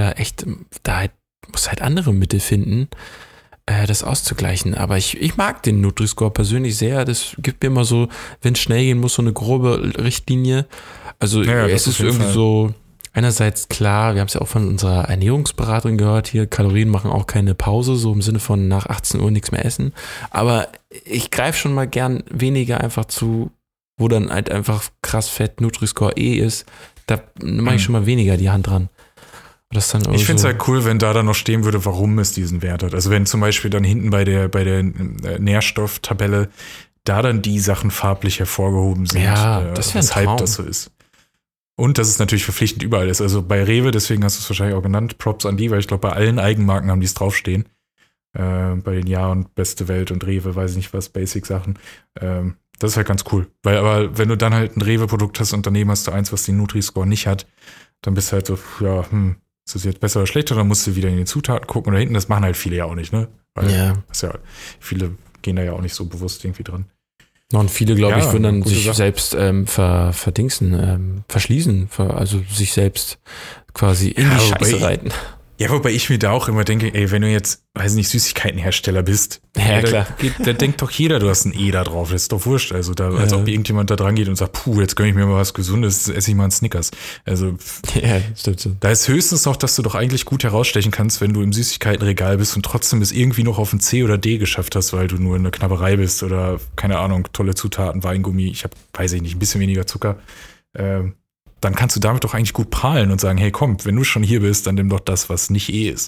muss halt andere Mittel finden, das auszugleichen. Aber ich mag den Nutri-Score persönlich sehr. Das gibt mir immer so, wenn es schnell gehen muss, so eine grobe Richtlinie. Also es ist irgendwie so, einerseits klar, wir haben es ja auch von unserer Ernährungsberaterin gehört, hier Kalorien machen auch keine Pause, so im Sinne von nach 18 Uhr nichts mehr essen. Aber ich greife schon mal gern weniger einfach zu, wo dann halt einfach krass fett Nutri-Score E ist. Da mache ich schon mal weniger die Hand dran. Ich finde es
halt cool, wenn da dann noch stehen würde, warum es diesen Wert hat. Also wenn zum Beispiel dann hinten bei der Nährstofftabelle da dann die Sachen farblich hervorgehoben sind, weshalb das so ist. Und dass es natürlich verpflichtend überall ist. Also bei Rewe, deswegen hast du es wahrscheinlich auch genannt, Props an die, weil ich glaube, bei allen Eigenmarken haben die es draufstehen. Bei den Ja und Beste Welt und Rewe, weiß ich nicht was, Basic-Sachen. Das ist halt ganz cool. Aber wenn du dann halt ein Rewe-Produkt hast und daneben hast du eins, was den Nutri-Score nicht hat, dann bist du halt so, ist das jetzt besser oder schlechter? Dann musst du wieder in die Zutaten gucken. Und da hinten, das machen halt viele ja auch nicht, ne? Weil viele gehen da ja auch nicht so bewusst irgendwie dran.
Und viele, glaube ich, würden dann sich selbst verschließen, also sich selbst quasi in die Scheiße reiten.
Ja, wobei ich mir da auch immer denke, ey, wenn du jetzt, weiß nicht, Süßigkeitenhersteller bist,
Ja, klar.
Da denkt doch jeder, du hast ein E da drauf, das ist doch wurscht. Also als ob irgendjemand da dran geht und sagt, puh, jetzt gönn ich mir mal was Gesundes, esse ich mal einen Snickers. Also
Ja, stimmt so.
da ist höchstens noch, dass du doch eigentlich gut herausstechen kannst, wenn du im Süßigkeitenregal bist und trotzdem es irgendwie noch auf ein C oder D geschafft hast, weil du nur in der Knabberei bist oder, keine Ahnung, tolle Zutaten, Weingummi, ich habe, weiß ich nicht, ein bisschen weniger Zucker. Dann kannst du damit doch eigentlich gut prahlen und sagen, hey komm, wenn du schon hier bist, dann nimm doch das, was nicht ist.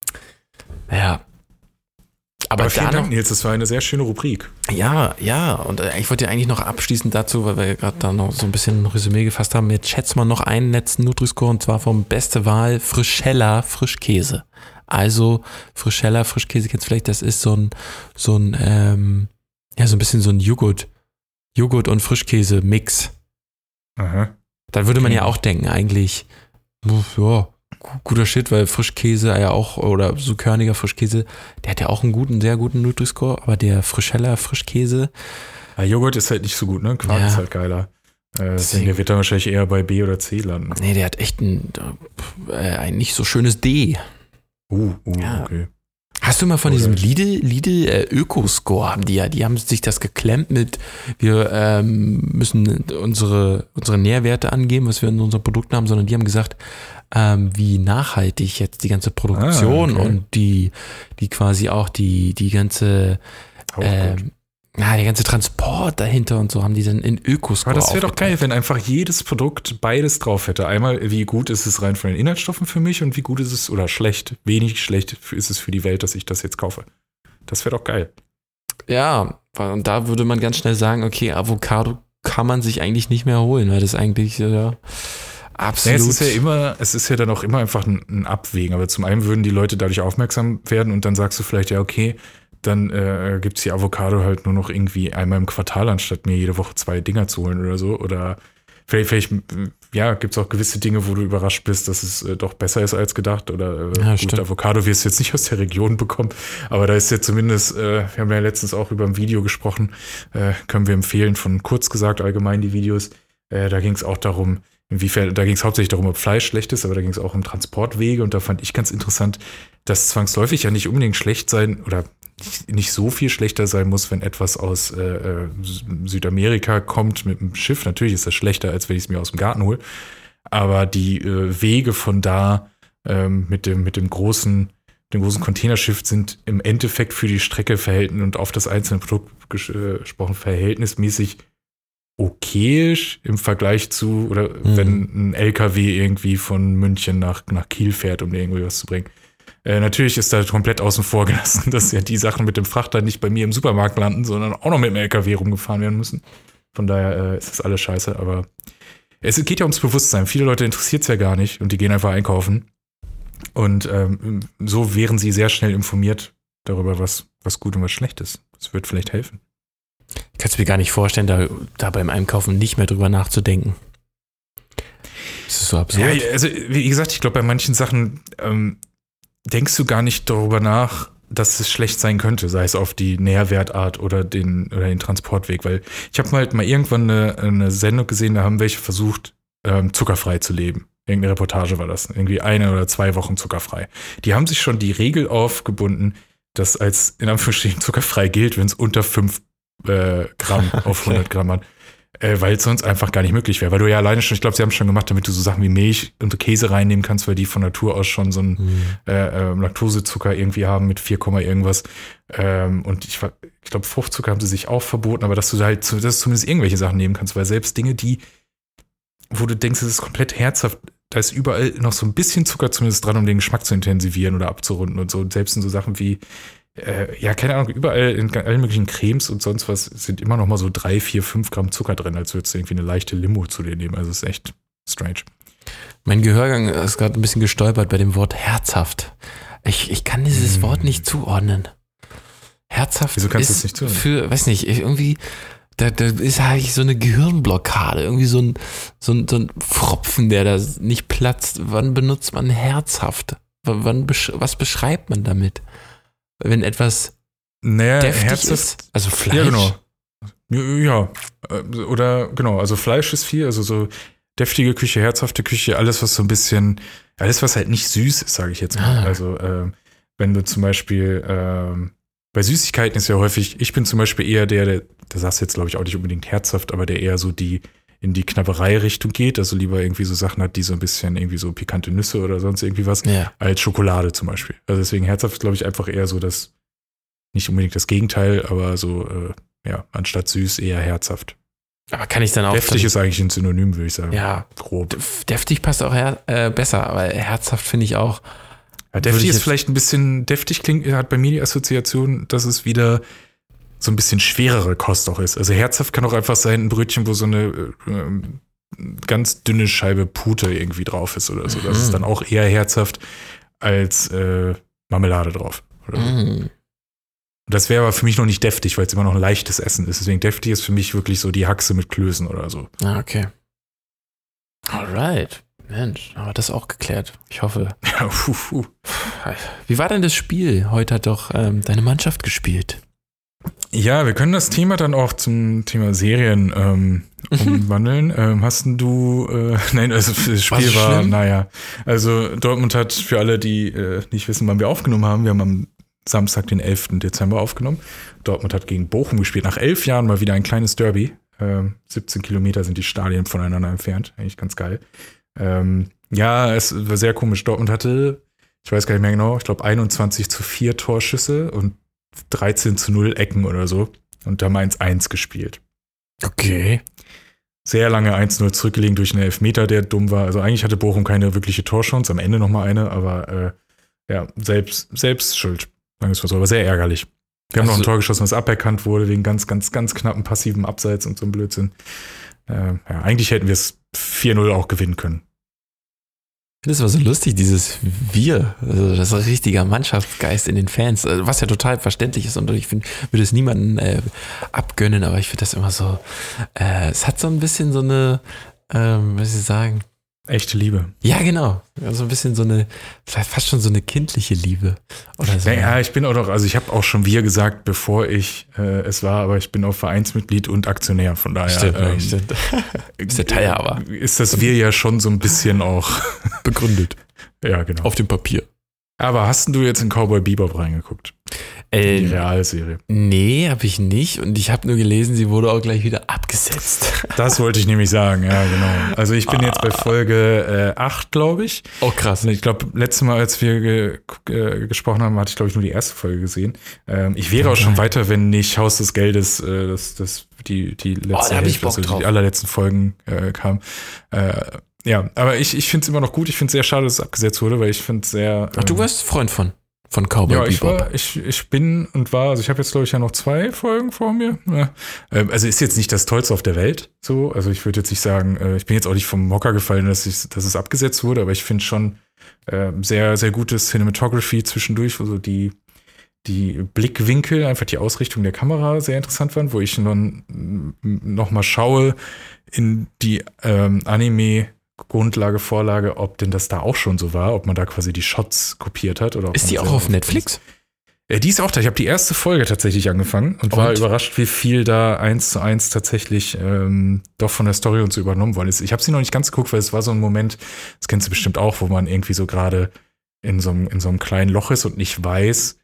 Ja. Aber
vielen
da
Dank,
noch,
Nils, das war eine sehr schöne Rubrik.
ja, und ich wollte ja eigentlich noch abschließend dazu, weil wir ja gerade da noch so ein bisschen ein Resümee gefasst haben, jetzt schätzen wir noch einen letzten Nutri-Score und zwar vom Beste Wahl Frischella Frischkäse. Also Frischella Frischkäse, kennst du vielleicht, das ist so ein bisschen so ein Joghurt und Frischkäse-Mix.
Aha.
Da würde man ja auch denken, eigentlich, ja, guter Shit, weil Frischkäse ja auch, oder so körniger Frischkäse, der hat ja auch einen sehr guten Nutri-Score, aber der Frischella Frischkäse.
Ja, Joghurt ist halt nicht so gut, ne? Quark ist halt geiler. Deswegen der wird dann wahrscheinlich eher bei B oder C landen.
Nee, der hat echt ein nicht so schönes D. Ja.
Okay.
Hast du mal von diesem Lidl Öko-Score haben die haben sich das geklemmt mit, wir müssen unsere Nährwerte angeben, was wir in unseren Produkten haben, sondern die haben gesagt, wie nachhaltig jetzt die ganze Produktion und die quasi auch die ganze der ganze Transport dahinter und so haben die dann in Öko-Score.
Aber das wäre doch geil, wenn einfach jedes Produkt beides drauf hätte. Einmal, wie gut ist es rein von den Inhaltsstoffen für mich und wie gut ist es, oder schlecht, wenig schlecht ist es für die Welt, dass ich das jetzt kaufe. Das wäre doch geil.
Ja, und da würde man ganz schnell sagen, okay, Avocado kann man sich eigentlich nicht mehr holen, weil das eigentlich absolut...
Ja, es ist ja dann auch immer einfach ein Abwägen. Aber zum einen würden die Leute dadurch aufmerksam werden und dann sagst du vielleicht, ja, okay, dann gibt es die Avocado halt nur noch irgendwie einmal im Quartal, anstatt mir jede Woche 2 Dinger zu holen oder so. Oder vielleicht gibt es auch gewisse Dinge, wo du überrascht bist, dass es doch besser ist als gedacht. Oder gut, Avocado wirst du jetzt nicht aus der Region bekommen, aber da ist ja zumindest, wir haben ja letztens auch über ein Video gesprochen, können wir empfehlen, von Kurz gesagt allgemein die Videos. Da ging es auch darum, da ging es hauptsächlich darum, ob Fleisch schlecht ist, aber da ging es auch um Transportwege und da fand ich ganz interessant, dass zwangsläufig ja nicht unbedingt schlecht sein oder nicht so viel schlechter sein muss, wenn etwas aus Südamerika kommt mit dem Schiff. Natürlich ist das schlechter, als wenn ich es mir aus dem Garten hole. Aber die Wege von da mit dem großen Containerschiff sind im Endeffekt für die Strecke und auf das einzelne Produkt gesprochen verhältnismäßig okayisch im Vergleich zu, oder wenn ein LKW irgendwie von München nach Kiel fährt, um dir irgendwie was zu bringen. Natürlich ist da komplett außen vor gelassen, dass ja die Sachen mit dem Frachter nicht bei mir im Supermarkt landen, sondern auch noch mit dem LKW rumgefahren werden müssen. Von daher ist das alles scheiße, aber es geht ja ums Bewusstsein. Viele Leute interessiert es ja gar nicht und die gehen einfach einkaufen. Und so wären sie sehr schnell informiert darüber, was gut und was schlecht ist. Das wird vielleicht helfen.
Ich kann es mir gar nicht vorstellen, da beim Einkaufen nicht mehr drüber nachzudenken. Das ist so absurd.
Ja, also wie gesagt, ich glaube, bei manchen Sachen denkst du gar nicht darüber nach, dass es schlecht sein könnte, sei es auf die Nährwertart oder den Transportweg. Weil ich habe mal irgendwann eine Sendung gesehen, da haben welche versucht, zuckerfrei zu leben. Irgendeine Reportage war das. Irgendwie 1 oder 2 Wochen zuckerfrei. Die haben sich schon die Regel aufgebunden, dass als in Anführungsstrichen zuckerfrei gilt, wenn es unter 5 Gramm auf 100 Gramm hat. Weil es sonst einfach gar nicht möglich wäre. Weil du ja alleine schon, ich glaube, sie haben es schon gemacht, damit du so Sachen wie Milch und Käse reinnehmen kannst, weil die von Natur aus schon so einen Laktosezucker irgendwie haben mit 4, irgendwas. Und ich glaube, Fruchtzucker haben sie sich auch verboten, aber dass du halt zumindest irgendwelche Sachen nehmen kannst, weil selbst Dinge, wo du denkst, es ist komplett herzhaft, da ist überall noch so ein bisschen Zucker zumindest dran, um den Geschmack zu intensivieren oder abzurunden und so. Und selbst in so Sachen wie keine Ahnung, überall in allen möglichen Cremes und sonst was sind immer noch mal so 3, 4, 5 Gramm Zucker drin, als würdest du irgendwie eine leichte Limo zu dir nehmen. Also es ist echt strange.
Mein Gehörgang ist gerade ein bisschen gestolpert bei dem Wort herzhaft. Ich kann dieses Wort nicht zuordnen. Herzhaft.
Wieso kannst du es nicht zuordnen?
Weiß nicht, irgendwie, da ist eigentlich so eine Gehirnblockade, irgendwie so ein Pfropfen, der da nicht platzt. Wann benutzt man herzhaft? Was beschreibt man damit? Wenn etwas deftig ist, also Fleisch.
Ja, genau. Ja, oder genau, also Fleisch ist viel, also so deftige Küche, herzhafte Küche, alles, was so ein bisschen, alles, was halt nicht süß ist, sage ich jetzt mal. Also, wenn du zum Beispiel, bei Süßigkeiten ist ja häufig, ich bin zum Beispiel eher der sagst du jetzt, glaube ich, auch nicht unbedingt herzhaft, aber der eher so in die Knabberei-Richtung geht, also lieber irgendwie so Sachen hat, die so ein bisschen irgendwie so pikante Nüsse oder sonst irgendwie was, als Schokolade zum Beispiel. Also deswegen herzhaft ist, glaube ich, einfach eher so das, nicht unbedingt das Gegenteil, aber so, anstatt süß eher herzhaft.
Aber kann ich dann auch...
Deftig ist eigentlich ein Synonym, würde ich sagen.
Ja,
grob.
Deftig passt auch besser, aber herzhaft finde ich auch...
Ja, deftig ist vielleicht ein bisschen, deftig klingt, hat bei mir die Assoziation, dass es wieder so ein bisschen schwerere Kost auch ist. Also herzhaft kann auch einfach sein, ein Brötchen, wo so eine ganz dünne Scheibe Pute irgendwie drauf ist oder so. Das ist dann auch eher herzhaft als Marmelade drauf. Oder so. Das wäre aber für mich noch nicht deftig, weil es immer noch ein leichtes Essen ist. Deswegen deftig ist für mich wirklich so die Haxe mit Klößen oder so.
Ah, okay. Alright. Mensch, haben wir das auch geklärt. Ich hoffe.
Ja,
Wie war denn das Spiel? Heute hat doch deine Mannschaft gespielt.
Ja, wir können das Thema dann auch zum Thema Serien umwandeln. Hast du, nein, also das Spiel war, schlimm? Naja, also Dortmund hat für alle, die nicht wissen, wann wir aufgenommen haben, wir haben am Samstag, den 11. Dezember aufgenommen. Dortmund hat gegen Bochum gespielt. Nach 11 Jahren mal wieder ein kleines Derby. 17 Kilometer sind die Stadien voneinander entfernt. Eigentlich ganz geil. Ja, es war sehr komisch. Dortmund hatte, ich weiß gar nicht mehr genau, ich glaube 21:4 Torschüsse und 13:0 Ecken oder so. Und da haben 1-1 gespielt.
Okay.
Sehr lange 1-0 zurückgelegen durch einen Elfmeter, der dumm war. Also eigentlich hatte Bochum keine wirkliche Torchance, am Ende nochmal eine, aber selbst schuld. Sagen wir es mal so, aber sehr ärgerlich. Wir haben noch ein Tor geschossen, das aberkannt wurde, wegen ganz, ganz, ganz knappen passiven Abseits und so ein Blödsinn. Eigentlich hätten wir es 4-0 auch gewinnen können.
Ich finde es aber so lustig, dieses Wir, also das ist ein richtiger Mannschaftsgeist in den Fans, was ja total verständlich ist und ich finde, würde es niemanden abgönnen, aber ich finde das immer so, es hat so ein bisschen so eine, was soll ich sagen?
Echte Liebe.
Ja, genau. So ein bisschen so eine, vielleicht fast schon so eine kindliche Liebe. Oder so.
Ja, ich bin auch noch, also ich habe auch schon wir gesagt, bevor ich es war, aber ich bin auch Vereinsmitglied und Aktionär, von daher.
Stimmt. Ist der Teil aber.
Ist das wir ja schon so ein bisschen auch
begründet.
Ja, genau.
Auf dem Papier.
Aber hast du jetzt in Cowboy Bebop reingeguckt? Die Realserie.
Nee, habe ich nicht. Und ich habe nur gelesen, sie wurde auch gleich wieder abgesetzt.
Das wollte ich nämlich sagen, ja, genau. Also ich bin jetzt bei Folge 8, glaube ich.
Oh, krass.
Ich glaube, letztes Mal, als wir gesprochen haben, hatte ich, glaube ich, nur die erste Folge gesehen. Ich wäre auch schon weiter, wenn nicht Haus des Geldes, die letzte Hälfte, also die allerletzten Folgen kamen. Ja, aber ich finde es immer noch gut. Ich finde es sehr schade, dass es abgesetzt wurde, weil ich finde es sehr...
Ach, du warst Freund von Cowboy Bebop.
Ich bin und war, also ich habe jetzt, glaube ich, ja noch 2 Folgen vor mir. Ja. Also ist jetzt nicht das Tollste auf der Welt, so. Also ich würde jetzt nicht sagen, ich bin jetzt auch nicht vom Hocker gefallen, dass es abgesetzt wurde, aber ich finde schon sehr, sehr gute Cinematography zwischendurch, wo so die Blickwinkel, einfach die Ausrichtung der Kamera sehr interessant waren, wo ich noch mal schaue in die Anime-Grundlage, Vorlage, ob denn das da auch schon so war, ob man da quasi die Shots kopiert hat. Oder
ist die auch auf Netflix?
Die ist auch da. Ich habe die erste Folge tatsächlich angefangen und war überrascht, wie viel da 1:1 tatsächlich doch von der Story und so übernommen worden ist. Ich habe sie noch nicht ganz geguckt, weil es war so ein Moment, das kennst du bestimmt auch, wo man irgendwie so gerade in so einem kleinen Loch ist und nicht weiß,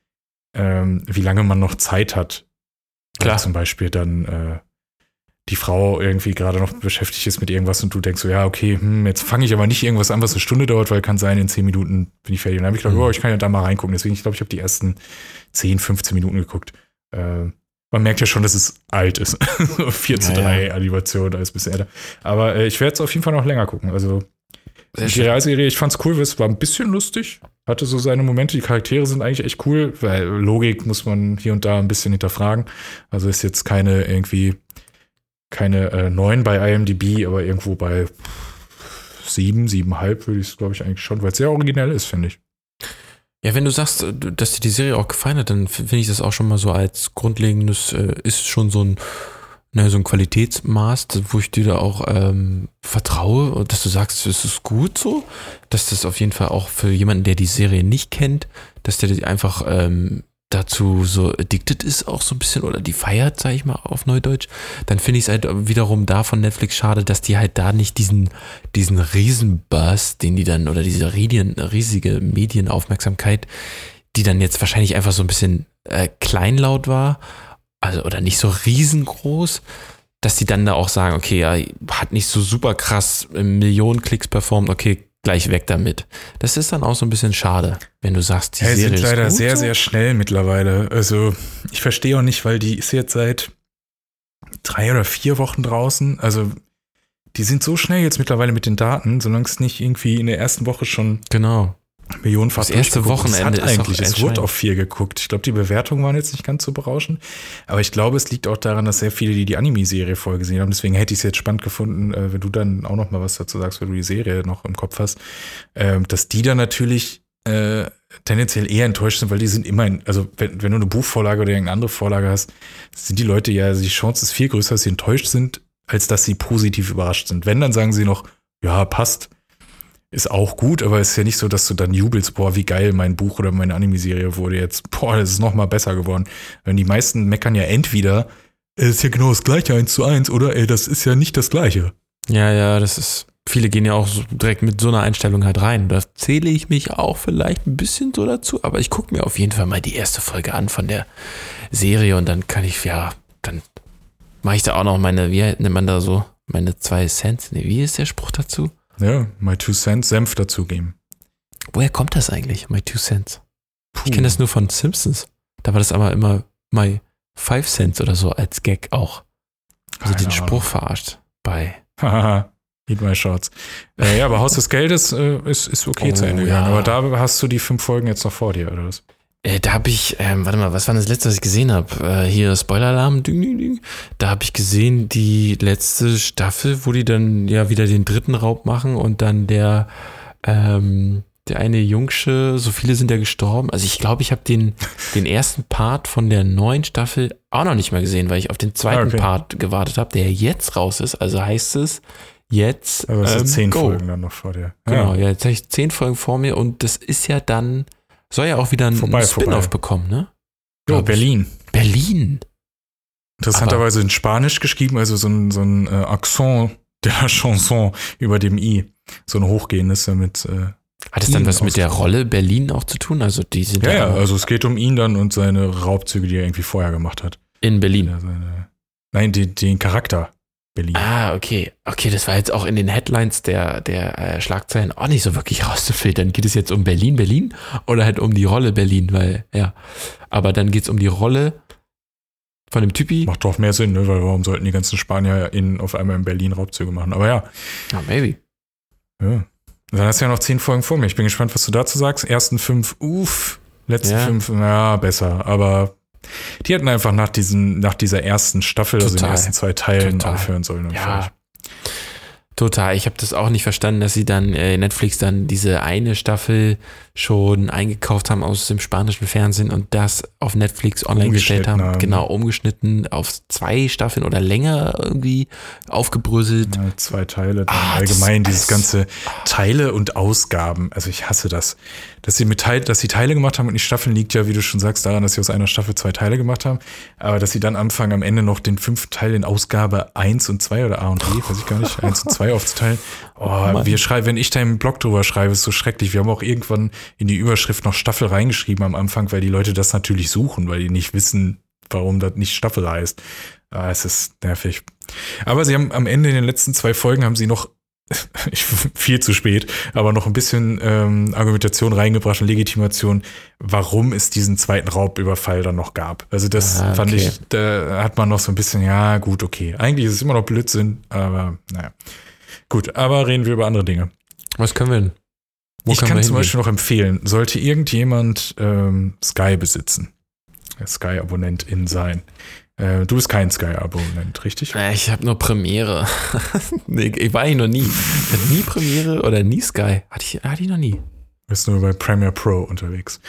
wie lange man noch Zeit hat. Klar. Also zum Beispiel dann die Frau irgendwie gerade noch beschäftigt ist mit irgendwas und du denkst so, ja, okay, jetzt fange ich aber nicht irgendwas an, was eine Stunde dauert, weil kann sein, in 10 Minuten bin ich fertig. Und dann habe ich gedacht, ich kann ja da mal reingucken. Deswegen, ich glaube, ich habe die ersten 10, 15 Minuten geguckt. Man merkt ja schon, dass es alt ist. 4:3 Animation, alles ein bisschen älter. Aber ich werde es auf jeden Fall noch länger gucken. Also die Realserie, ich fand's cool, weil es war ein bisschen lustig. Hatte so seine Momente, die Charaktere sind eigentlich echt cool, weil Logik muss man hier und da ein bisschen hinterfragen. Also ist jetzt keine 9 bei IMDb, aber irgendwo bei 7,5 würde ich es, glaube ich, eigentlich schon, weil es sehr originell ist, finde ich.
Ja, wenn du sagst, dass dir die Serie auch gefallen hat, dann finde ich das auch schon mal so als grundlegendes, ist schon so ein Qualitätsmaß, wo ich dir da auch vertraue, dass du sagst, es ist gut so, dass das auf jeden Fall auch für jemanden, der die Serie nicht kennt, dass der die einfach dazu so addicted ist auch so ein bisschen oder die feiert, sag ich mal auf Neudeutsch, dann finde ich es halt wiederum da von Netflix schade, dass die halt da nicht diesen Riesenbuzz, den die dann oder diese riesige Medienaufmerksamkeit, die dann jetzt wahrscheinlich einfach so ein bisschen kleinlaut war, also oder nicht so riesengroß, dass die dann da auch sagen, okay, ja, hat nicht so super krass Millionen Klicks performt, okay, gleich weg damit. Das ist dann auch so ein bisschen schade, wenn du sagst, die Serie
sind leider
ist gut,
sehr,
so?
sehr schnell mittlerweile. Also ich verstehe auch nicht, weil die ist jetzt seit 3 oder 4 Wochen draußen. Also die sind so schnell jetzt mittlerweile mit den Daten, solange es nicht irgendwie in der ersten Woche schon
Genau.
millionenfach
Das erste
durchgeguckt.
Wochenende
Es hat
ist
eigentlich,
doch
es wurde auf 4 geguckt. Ich glaube, die Bewertungen waren jetzt nicht ganz so berauschend. Aber ich glaube, es liegt auch daran, dass sehr viele die Anime-Serie voll gesehen haben. Deswegen hätte ich es jetzt spannend gefunden, wenn du dann auch noch mal was dazu sagst, wenn du die Serie noch im Kopf hast, dass die dann natürlich tendenziell eher enttäuscht sind, weil die sind immerhin, also wenn du eine Buchvorlage oder irgendeine andere Vorlage hast, sind die Leute ja, also die Chance ist viel größer, dass sie enttäuscht sind, als dass sie positiv überrascht sind. Wenn, dann sagen sie noch, ja, passt. Ist auch gut, aber es ist ja nicht so, dass du dann jubelst, boah, wie geil mein Buch oder meine Anime-Serie wurde jetzt, boah, das ist noch mal besser geworden. Wenn die meisten meckern ja entweder, es ist ja genau das Gleiche 1:1 oder ey, das ist ja nicht das Gleiche.
Ja, das ist, viele gehen ja auch so direkt mit so einer Einstellung halt rein. Da zähle ich mich auch vielleicht ein bisschen so dazu, aber ich gucke mir auf jeden Fall mal die erste Folge an von der Serie und dann kann ich, ja, dann mache ich da auch noch meine, wie nennt man da so, meine 2 Cents, nee, wie ist der Spruch dazu?
Ja, my 2 Cents Senf dazugeben.
Woher kommt das eigentlich, my 2 Cents? Ich kenne das nur von Simpsons. Da war das aber immer my 5 Cents oder so als Gag auch. Also den Spruch verarscht bei.
Haha, eat my shorts. Ja, aber Haus des Geldes ist okay zu Ende gegangen. Aber da hast du die 5 Folgen jetzt noch vor dir, oder was?
Da habe ich, warte mal, was war das letzte, was ich gesehen habe? Hier Spoiler-Alarm, ding, ding, ding. Da habe ich gesehen, die letzte Staffel, wo die dann ja wieder den 3. Raub machen und dann der eine Jungsche, so viele sind ja gestorben. Also ich glaube, ich habe den ersten Part von der neuen Staffel auch noch nicht mal gesehen, weil ich auf den zweiten Part gewartet habe, der jetzt raus ist. Also heißt es jetzt
aber es sind 10 Folgen dann noch vor dir.
Genau, ja, jetzt habe ich 10 Folgen vor mir und das ist ja dann soll ja auch wieder ein Spin-off bekommen, ne?
Ja, Berlin.
Berlin.
Interessanterweise in Spanisch geschrieben, also so ein Accent de la Chanson über dem I. So ein hochgehendes damit.
Hat es dann was mit der Rolle Berlin auch zu tun? Also die sind
ja, also es geht um ihn dann und seine Raubzüge, die er irgendwie vorher gemacht hat.
In Berlin?
Nein, den Charakter Berlin.
Ah, okay. Okay, das war jetzt auch in den Headlines der Schlagzeilen auch nicht so wirklich rauszufiltern. Geht es jetzt um Berlin oder halt um die Rolle Berlin? Weil, ja. Aber dann geht es um die Rolle von dem Typi.
Macht doch mehr Sinn, ne? Weil warum sollten die ganzen Spanier auf einmal in Berlin Raubzüge machen? Aber ja.
Ja, maybe.
Ja. Dann hast du ja noch 10 Folgen vor mir. Ich bin gespannt, was du dazu sagst. Ersten 5, letzten 5, ja, besser. Aber die hätten einfach nach dieser ersten Staffel, also den ersten 2 Teilen aufhören sollen.
Ja, total. Ich habe das auch nicht verstanden, dass sie dann Netflix dann diese eine Staffel schon eingekauft haben aus dem spanischen Fernsehen und das auf Netflix online gestellt haben. Genau, umgeschnitten auf 2 Staffeln oder länger irgendwie aufgebröselt.
Ja, 2 Teile. Dann allgemein dieses ganze Teile und Ausgaben. Also ich hasse das. Dass sie Teile gemacht haben und die Staffeln liegt ja, wie du schon sagst, daran, dass sie aus einer Staffel 2 Teile gemacht haben. Aber dass sie dann anfangen, am Ende noch den 5. Teil in Ausgabe 1 und 2 oder A und B, weiß ich gar nicht, 1 und 2 aufzuteilen. Wenn ich da im Blog drüber schreibe, ist so schrecklich. Wir haben auch irgendwann in die Überschrift noch Staffel reingeschrieben am Anfang, weil die Leute das natürlich suchen, weil die nicht wissen, warum das nicht Staffel heißt. Es ist nervig. Aber sie haben am Ende in den letzten 2 Folgen haben sie noch viel zu spät, aber noch ein bisschen Argumentation reingebracht und Legitimation, warum es diesen zweiten Raubüberfall dann noch gab. Also das fand ich, da hat man noch so ein bisschen, ja gut, okay. Eigentlich ist es immer noch Blödsinn, aber naja. Gut, aber reden wir über andere Dinge.
Was können wir denn?
Ich kann zum Beispiel noch empfehlen, sollte irgendjemand Sky besitzen, Sky-Abonnentin sein. Du bist kein Sky-Abonnent, richtig?
Ich habe nur Premiere. Nee, ich war noch nie. Ich hatte nie Premiere oder nie Sky. Hatte ich noch nie.
Du bist nur bei Premiere Pro unterwegs.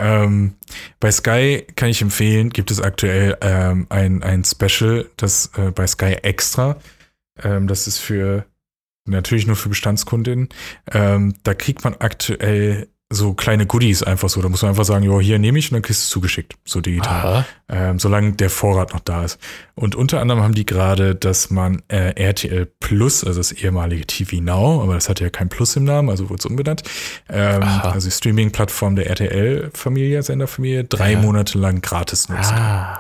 Bei Sky kann ich empfehlen, gibt es aktuell ein Special, das bei Sky Extra, das ist natürlich nur für Bestandskundinnen. Da kriegt man aktuell so kleine Goodies einfach so. Da muss man einfach sagen, jo, hier nehme ich und dann kriegst du es zugeschickt, so digital. Solange der Vorrat noch da ist. Und unter anderem haben die gerade, dass man RTL Plus, also das ehemalige TV Now, aber das hat ja kein Plus im Namen, also wurde es umbenannt, also die Streaming-Plattform der RTL-Familie, Senderfamilie, 3 Monate lang gratis nutzen kann.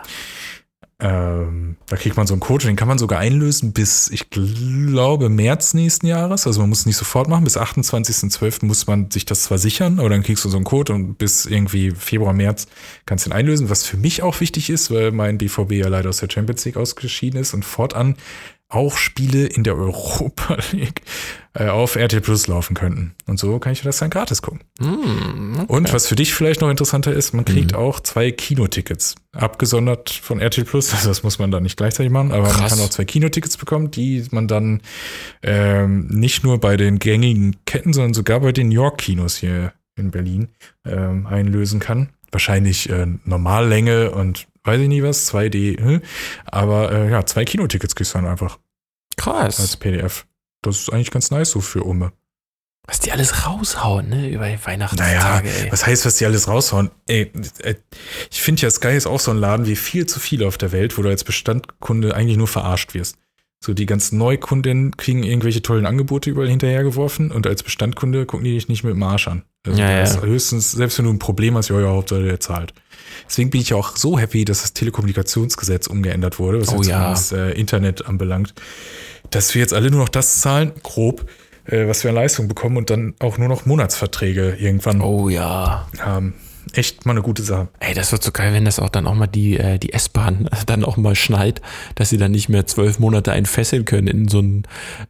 Da kriegt man so einen Code, den kann man sogar einlösen bis, ich glaube, März nächsten Jahres. Also man muss es nicht sofort machen. Bis 28.12. muss man sich das zwar sichern, aber dann kriegst du so einen Code und bis irgendwie Februar, März kannst du ihn einlösen. Was für mich auch wichtig ist, weil mein BVB ja leider aus der Champions League ausgeschieden ist und fortan auch Spiele in der Europa League auf RTL Plus laufen könnten. Und so kann ich das dann gratis gucken. Okay. Und was für dich vielleicht noch interessanter ist, man kriegt auch 2 Kinotickets, abgesondert von RTL Plus. Also das muss man dann nicht gleichzeitig machen, aber man kann auch 2 Kinotickets bekommen, die man dann nicht nur bei den gängigen Ketten, sondern sogar bei den York-Kinos hier in Berlin einlösen kann. Wahrscheinlich Normallänge und weiß ich nicht was, 2D, aber 2 Kinotickets kriegst du dann einfach.
Krass.
Als PDF. Das ist eigentlich ganz nice so für Umme.
Was die alles raushauen, ne, über die Weihnachtstage,
naja, was heißt, was die alles raushauen? Ey, ich finde ja, Sky ist auch so ein Laden wie viel zu viele auf der Welt, wo du als Bestandkunde eigentlich nur verarscht wirst. So, die ganzen Neukunden kriegen irgendwelche tollen Angebote überall hinterhergeworfen und als Bestandkunde gucken die dich nicht mit dem Arsch an. Also höchstens, selbst wenn du ein Problem hast, ja, Hauptsache der zahlt. Deswegen bin ich ja auch so happy, dass das Telekommunikationsgesetz umgeändert wurde, was das Internet anbelangt, dass wir jetzt alle nur noch das zahlen, grob, was wir an Leistung bekommen und dann auch nur noch Monatsverträge irgendwann haben. Echt mal eine gute Sache.
Ey, das wird so geil, wenn das auch dann auch mal die S-Bahn dann auch mal schneit, dass sie dann nicht mehr 12 Monate einfesseln können in so ein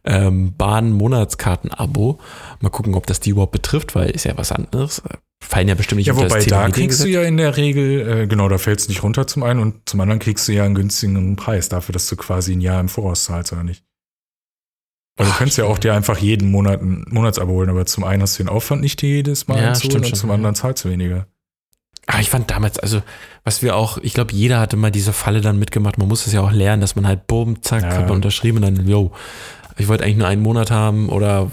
Bahn-Monatskarten-Abo. Mal gucken, ob das die überhaupt betrifft, weil ist ja was anderes. Fallen ja bestimmt nicht
unter das Thema. Ja, wobei da kriegst du ja in der Regel, da fällt es nicht runter zum einen und zum anderen kriegst du ja einen günstigen Preis dafür, dass du quasi ein Jahr im Voraus zahlst, oder nicht? Weil du könntest ja auch dir einfach jeden Monat ein Monatsabo holen, aber zum einen hast du den Aufwand nicht jedes Mal einzuholen und zum anderen zahlst du weniger.
Ich fand damals, also was wir auch, ich glaube, jeder hatte mal diese Falle dann mitgemacht, man muss es ja auch lernen, dass man halt bumm, zack, hat man unterschrieben und dann, ich wollte eigentlich nur einen Monat haben oder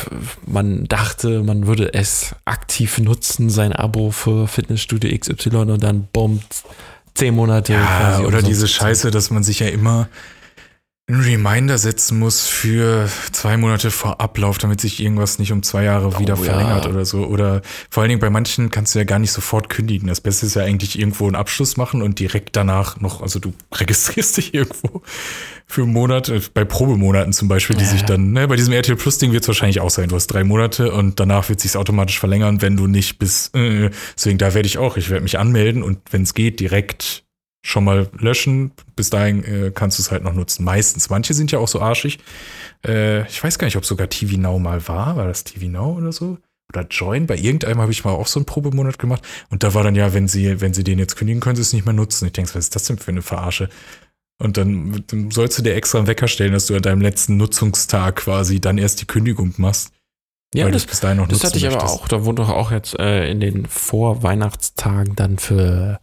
man dachte, man würde es aktiv nutzen, sein Abo für Fitnessstudio XY und dann bumm, 10 Monate.
Ja, oder diese Scheiße, dass man sich ja immer einen Reminder setzen muss für 2 Monate vor Ablauf, damit sich irgendwas nicht um 2 Jahre wieder verlängert oder so. Oder vor allen Dingen bei manchen kannst du ja gar nicht sofort kündigen. Das Beste ist ja eigentlich irgendwo einen Abschluss machen und direkt danach noch, also du registrierst dich irgendwo für einen Monat, bei Probemonaten zum Beispiel, die sich dann, bei diesem RTL Plus Ding wird es wahrscheinlich auch sein. Du hast 3 Monate und danach wird es sich automatisch verlängern, wenn du nicht deswegen da werde ich werde mich anmelden und wenn es geht, direkt schon mal löschen. Bis dahin kannst du es halt noch nutzen. Meistens. Manche sind ja auch so arschig. Ich weiß gar nicht, ob sogar TV Now mal war. War das TV Now oder so? Oder Join? Bei irgendeinem habe ich mal auch so einen Probemonat gemacht. Und da war dann ja, wenn sie den jetzt kündigen, können sie es nicht mehr nutzen. Ich denke, was ist das denn für eine Verarsche? Und dann sollst du dir extra einen Wecker stellen, dass du an deinem letzten Nutzungstag quasi dann erst die Kündigung machst.
Ja, das bis dahin noch nutzen hatte ich möchtest. Aber auch. Da wurde doch auch jetzt in den Vorweihnachtstagen dann für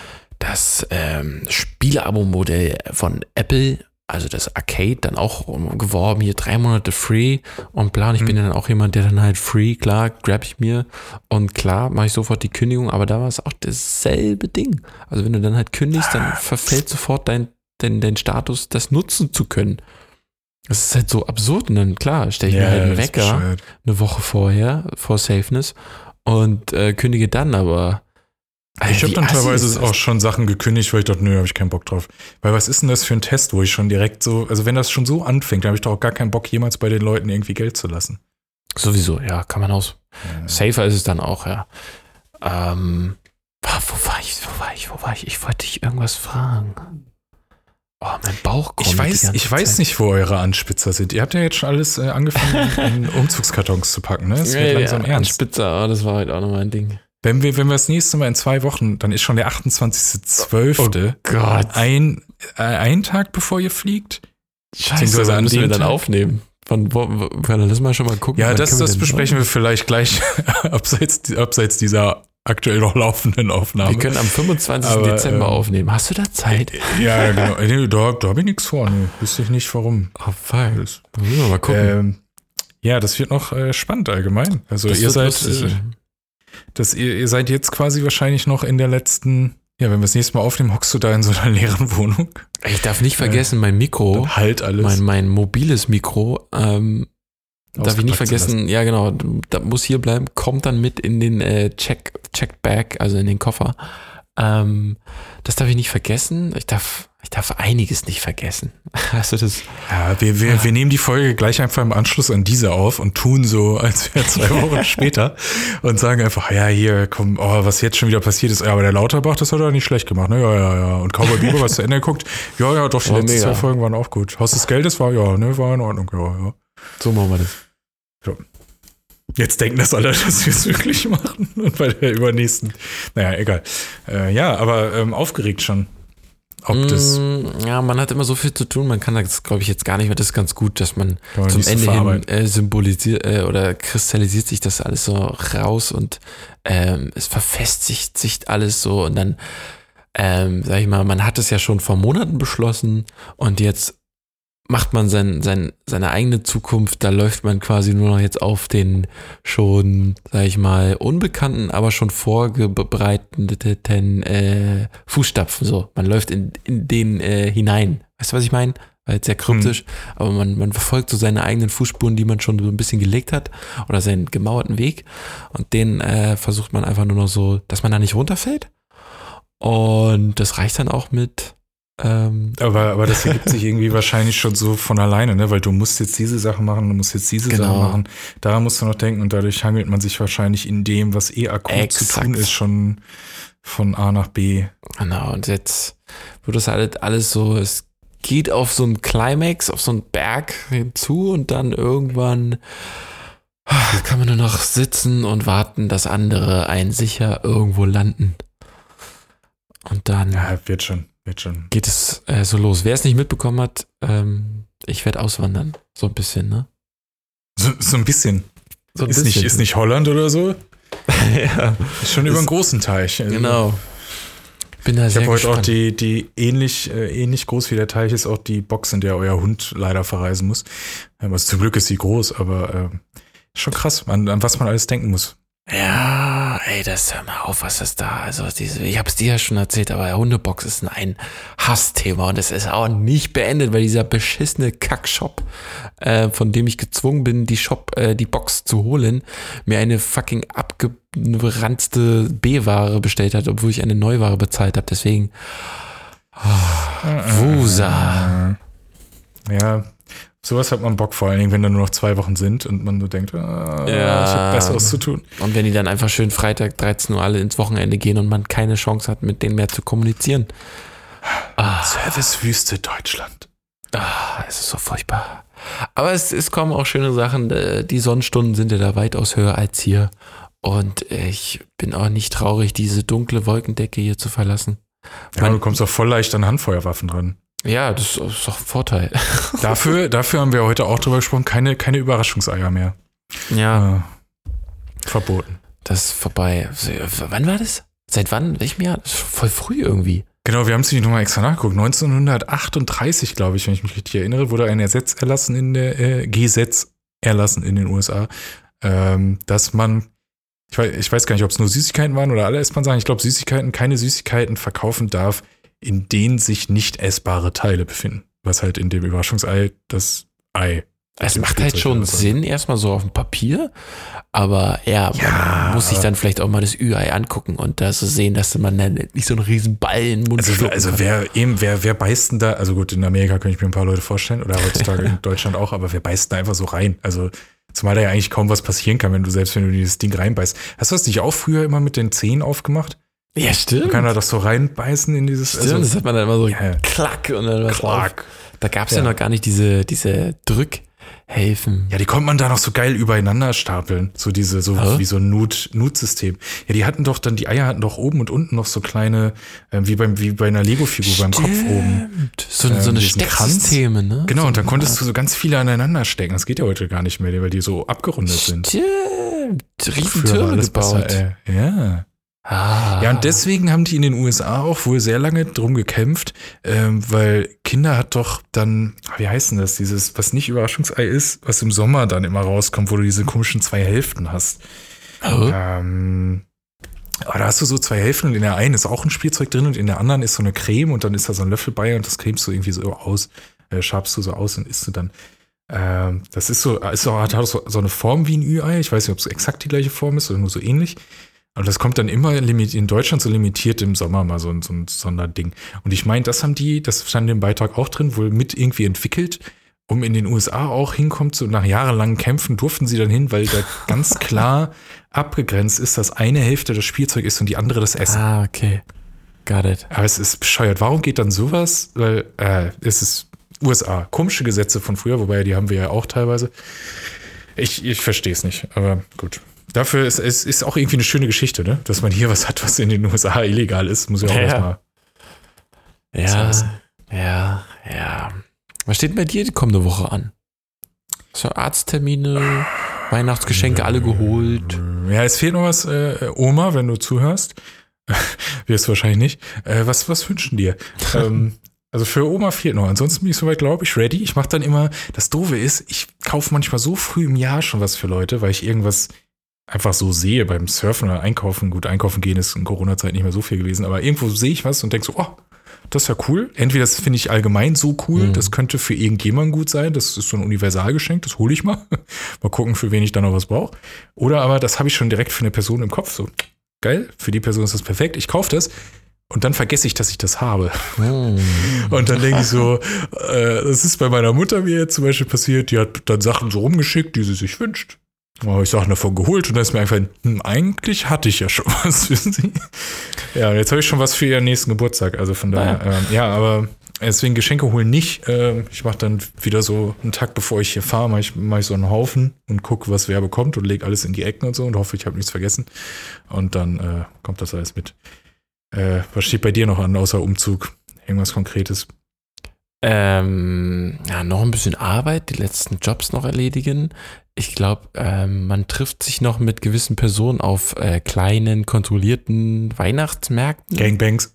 das Spiele-Abo-Modell von Apple, also das Arcade, dann auch geworben, hier 3 Monate free und bla. Und ich bin ja dann auch jemand, der dann halt free, klar, grab ich mir und klar, mache ich sofort die Kündigung, aber da war es auch dasselbe Ding. Also wenn du dann halt kündigst, dann verfällt sofort dein Status, das nutzen zu können. Das ist halt so absurd und dann, klar, stelle ich mir halt einen Wecker eine Woche vorher, vor Safeness und kündige dann, aber
ich habe dann teilweise auch schon Sachen gekündigt, weil ich dachte, nö, habe ich keinen Bock drauf. Weil was ist denn das für ein Test, wo ich schon direkt so, also wenn das schon so anfängt, dann habe ich doch auch gar keinen Bock, jemals bei den Leuten irgendwie Geld zu lassen.
Sowieso, ja, kann man aus. Ja. Safer ist es dann auch, ja. Wo war ich? Ich wollte dich irgendwas fragen. Oh, mein Bauch kommt.
Ich weiß nicht, wo eure Anspitzer sind. Ihr habt ja jetzt schon alles angefangen, in Umzugskartons zu packen, ne? Das wird langsam ernst.
Anspitzer, das war halt auch noch mein Ding.
Wenn wir das nächste Mal in 2 Wochen, dann ist schon der 28.12.
Oh Gott.
Ein Tag bevor ihr fliegt.
Scheiße, dann müssen wir dann aufnehmen. Lass mal schon mal gucken.
Ja, das besprechen wir vielleicht gleich abseits dieser aktuell noch laufenden Aufnahme.
Wir können am 25. Dezember aufnehmen. Hast du da Zeit?
Ja, genau. Nee, da habe ich nichts vor. Nee, wüsste ich nicht, warum.
Oh, fuck. Mal gucken.
Ja, das wird noch spannend allgemein. Also
das
ihr seid... dass ihr seid jetzt quasi wahrscheinlich noch in der letzten, ja, wenn wir das nächste Mal aufnehmen, hockst du da in so einer leeren Wohnung.
Ich darf nicht vergessen, mein Mikro,
halt alles.
mein mobiles Mikro, darf ich nicht vergessen, ja genau, da muss hier bleiben, kommt dann mit in den Checked Bag, also in den Koffer. Das darf ich nicht vergessen. Ich darf einiges nicht vergessen. Also das.
Ja, wir nehmen die Folge gleich einfach im Anschluss an diese auf und tun so, als wäre 2 Wochen später und sagen einfach, ja, hier, komm, was jetzt schon wieder passiert ist. Ja, aber der Lauterbach, das hat er nicht schlecht gemacht, ne? Ja. Und Cowboy Bieber, was zu Ende geguckt. Ja, doch, die letzten 2 Folgen waren auch gut. Haus des Geldes war in Ordnung, ja.
So machen wir das.
So. Jetzt denken das alle, dass wir es wirklich machen. Und bei der übernächsten. Naja, egal. Ja, aber aufgeregt schon. Ob das.
Ja, man hat immer so viel zu tun, man kann das, glaube ich, jetzt gar nicht mehr. Das ist ganz gut, dass man zum
so
Ende hin symbolisiert oder kristallisiert sich das alles so raus und es verfestigt sich alles so und dann, sag ich mal, man hat es ja schon vor Monaten beschlossen und jetzt macht man seine eigene Zukunft, da läuft man quasi nur noch jetzt auf den schon, sag ich mal, unbekannten, aber schon vorbereiteten Fußstapfen. So, man läuft in den hinein. Weißt du, was ich meine? War jetzt sehr kryptisch, aber man verfolgt so seine eigenen Fußspuren, die man schon so ein bisschen gelegt hat oder seinen gemauerten Weg und den versucht man einfach nur noch so, dass man da nicht runterfällt und das reicht dann auch mit
aber das ergibt sich irgendwie wahrscheinlich schon so von alleine, ne? Weil du musst jetzt diese Sachen machen, du musst jetzt diese Sachen machen. Daran musst du noch denken und dadurch hangelt man sich wahrscheinlich in dem, was akut zu tun ist, schon von A nach B.
Genau, und jetzt wird das halt alles so, es geht auf so einen Climax, auf so einen Berg hinzu und dann irgendwann kann man nur noch sitzen und warten, dass andere einen sicher irgendwo landen. Und dann
wird schon.
Geht es so los. Wer es nicht mitbekommen hat, ich werde auswandern. So ein bisschen, ne?
So ein bisschen.
So ein
ist
bisschen.
Nicht Holland oder so?
Ja.
Ist schon über einen großen Teich.
Genau. Bin da
ich
sehr
habe heute
gespannt.
auch die ähnlich groß wie der Teich ist auch die Box, in der euer Hund leider verreisen muss. Also zum Glück ist sie groß, aber schon krass, an was man alles denken muss.
Ja, ey, hör mal auf, was ist da? Also ich habe es dir ja schon erzählt, aber Hundebox ist ein Hassthema und es ist auch nicht beendet, weil dieser beschissene Kackshop, von dem ich gezwungen bin, die Box zu holen, mir eine fucking abgeranzte B-Ware bestellt hat, obwohl ich eine Neuware bezahlt habe. Deswegen Wusa.
Ja. Sowas hat man Bock, vor allen Dingen, wenn da nur noch 2 Wochen sind und man so denkt, ich habe Besseres zu tun.
Und wenn die dann einfach schön Freitag 13 Uhr alle ins Wochenende gehen und man keine Chance hat, mit denen mehr zu kommunizieren.
Servicewüste Deutschland.
Es ist so furchtbar. Aber es kommen auch schöne Sachen. Die Sonnenstunden sind ja da weitaus höher als hier. Und ich bin auch nicht traurig, diese dunkle Wolkendecke hier zu verlassen.
Ja, du kommst auch voll leicht an Handfeuerwaffen dran.
Ja, das ist doch ein Vorteil.
Dafür haben wir heute auch drüber gesprochen, keine Überraschungseier mehr.
Ja.
Verboten.
Das ist vorbei. Wann war das? Seit wann? Welchem Jahr? Das ist voll früh irgendwie.
Genau, wir haben es nämlich nochmal extra nachgeguckt. 1938, glaube ich, wenn ich mich richtig erinnere, wurde ein Gesetz erlassen in den USA, dass man, ich weiß gar nicht, ob es nur Süßigkeiten waren oder alle Essbahn-Sachen, ich glaube keine Süßigkeiten verkaufen darf, in denen sich nicht essbare Teile befinden. Was halt in dem Überraschungsei das Ei.
Es macht halt schon Sinn, erstmal so auf dem Papier, aber man muss sich dann vielleicht auch mal das Ü-Ei angucken und da so sehen, dass man dann nicht so einen riesen Ball in den Mund schlucken
Also wer beißt denn da, also gut, in Amerika kann ich mir ein paar Leute vorstellen oder heutzutage in Deutschland auch, aber wer beißt da einfach so rein? Also zumal da ja eigentlich kaum was passieren kann, wenn du dieses Ding reinbeißt. Hast du das nicht auch früher immer mit den Zähnen aufgemacht?
Ja, stimmt.
Man kann da doch so reinbeißen in dieses...
Stimmt, das hat man dann immer so klack und dann was
klack.
Da gab es ja noch gar nicht diese Drückhilfen.
Ja, die konnte man da noch so geil übereinander stapeln. So wie so ein Nutsystem. Ja, die Eier hatten doch oben und unten noch so kleine, wie bei einer Lego-Figur beim Kopf oben.
So eine Stecksysteme, ne?
Genau, und dann konntest du so ganz viele aneinander stecken. Das geht ja heute gar nicht mehr, weil die so abgerundet sind.
Stimmt. Riesentüre gebaut.
Ja. Ja, und deswegen haben die in den USA auch wohl sehr lange drum gekämpft, weil Kinder hat doch dann, wie heißt denn das, dieses, was nicht Überraschungsei ist, was im Sommer dann immer rauskommt, wo du diese komischen 2 Hälften hast. Aber da hast du so 2 Hälften und in der einen ist auch ein Spielzeug drin und in der anderen ist so eine Creme und dann ist da so ein Löffel bei und das cremst du irgendwie so aus, schabst du so aus und isst du dann. Das ist so, hat so eine Form wie ein Ü-Ei. Ich weiß nicht, ob es exakt die gleiche Form ist oder nur so ähnlich. Aber das kommt dann immer in Deutschland so limitiert im Sommer mal so ein Sonderding. Und ich meine, das stand im Beitrag auch drin, wohl mit irgendwie entwickelt, um in den USA auch hinkommt, so nach jahrelangen Kämpfen durften sie dann hin, weil da ganz klar abgegrenzt ist, dass eine Hälfte das Spielzeug ist und die andere das Essen.
Ah, okay. Got it.
Aber es ist bescheuert. Warum geht dann sowas? Weil es ist USA. Komische Gesetze von früher, wobei die haben wir ja auch teilweise. Ich verstehe es nicht, aber gut. Dafür ist auch irgendwie eine schöne Geschichte, ne? Dass man hier was hat, was in den USA illegal ist. Muss ich auch erstmal.
Ja. Was steht bei dir die kommende Woche an? So Arzttermine, Weihnachtsgeschenke alle geholt.
Ja, es fehlt noch was. Oma, wenn du zuhörst, wirst du wahrscheinlich nicht. Was wünschen dir? Also für Oma fehlt noch. Ansonsten bin ich soweit, glaube ich, ready. Ich mache dann immer, das Doofe ist, ich kaufe manchmal so früh im Jahr schon was für Leute, weil ich irgendwas einfach so sehe beim Surfen oder Einkaufen. Gut, einkaufen gehen ist in Corona-Zeit nicht mehr so viel gewesen, aber irgendwo sehe ich was und denke so, oh, das ist ja cool. Entweder das finde ich allgemein so cool, das könnte für irgendjemanden gut sein, das ist so ein Universalgeschenk, das hole ich mal. Mal gucken, für wen ich dann noch was brauche. Oder aber das habe ich schon direkt für eine Person im Kopf, so geil, für die Person ist das perfekt, ich kaufe das. Und dann vergesse ich, dass ich das habe. Und dann denke ich so, das ist bei meiner Mutter mir jetzt zum Beispiel passiert, die hat dann Sachen so rumgeschickt, die sie sich wünscht. Da habe ich Sachen davon geholt und dann ist mir einfach, eigentlich hatte ich ja schon was für sie. Ja, und jetzt habe ich schon was für ihren nächsten Geburtstag. Also von daher, aber deswegen Geschenke holen nicht. Ich mache dann wieder so einen Tag, bevor ich hier fahre, mach ich so einen Haufen und gucke, was wer bekommt und lege alles in die Ecken und so und hoffe, ich habe nichts vergessen. Und dann kommt das alles mit. Was steht bei dir noch an, außer Umzug? Irgendwas Konkretes?
Noch ein bisschen Arbeit, die letzten Jobs noch erledigen. Ich glaube, man trifft sich noch mit gewissen Personen auf kleinen, kontrollierten Weihnachtsmärkten.
Gangbangs,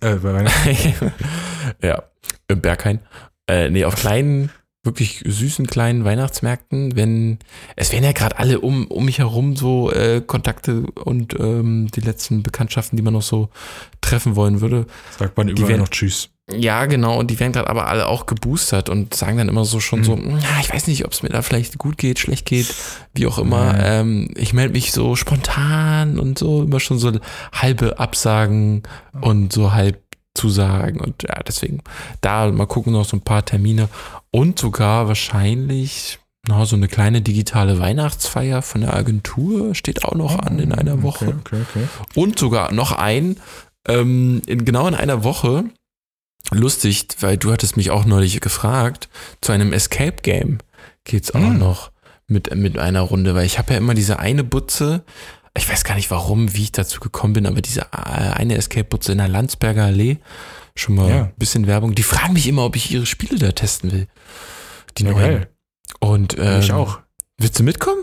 ja, im Berghain. Auf kleinen, wirklich süßen kleinen Weihnachtsmärkten, es werden ja gerade alle um mich herum so Kontakte und die letzten Bekanntschaften, die man noch so treffen wollen würde.
Sagt man überall noch Tschüss.
Ja, genau, und die werden gerade aber alle auch geboostert und sagen dann immer so schon so, ich weiß nicht, ob es mir da vielleicht gut geht, schlecht geht, wie auch immer. Ich melde mich so spontan und so, immer schon so halbe Absagen und so halb Zusagen und ja, deswegen da mal gucken, noch so ein paar Termine und sogar wahrscheinlich so eine kleine digitale Weihnachtsfeier von der Agentur steht auch noch an in einer Woche.
Okay.
Und sogar noch genau in einer Woche, lustig, weil du hattest mich auch neulich gefragt, zu einem Escape Game geht's auch noch mit einer Runde, weil ich habe ja immer diese eine Butze, ich weiß gar nicht warum, wie ich dazu gekommen bin, aber diese eine Escape-Butze in der Landsberger Allee, schon mal ein bisschen Werbung, die fragen mich immer, ob ich ihre Spiele da testen will. Die neuen.
Geil.
Und
ich auch.
Willst du mitkommen?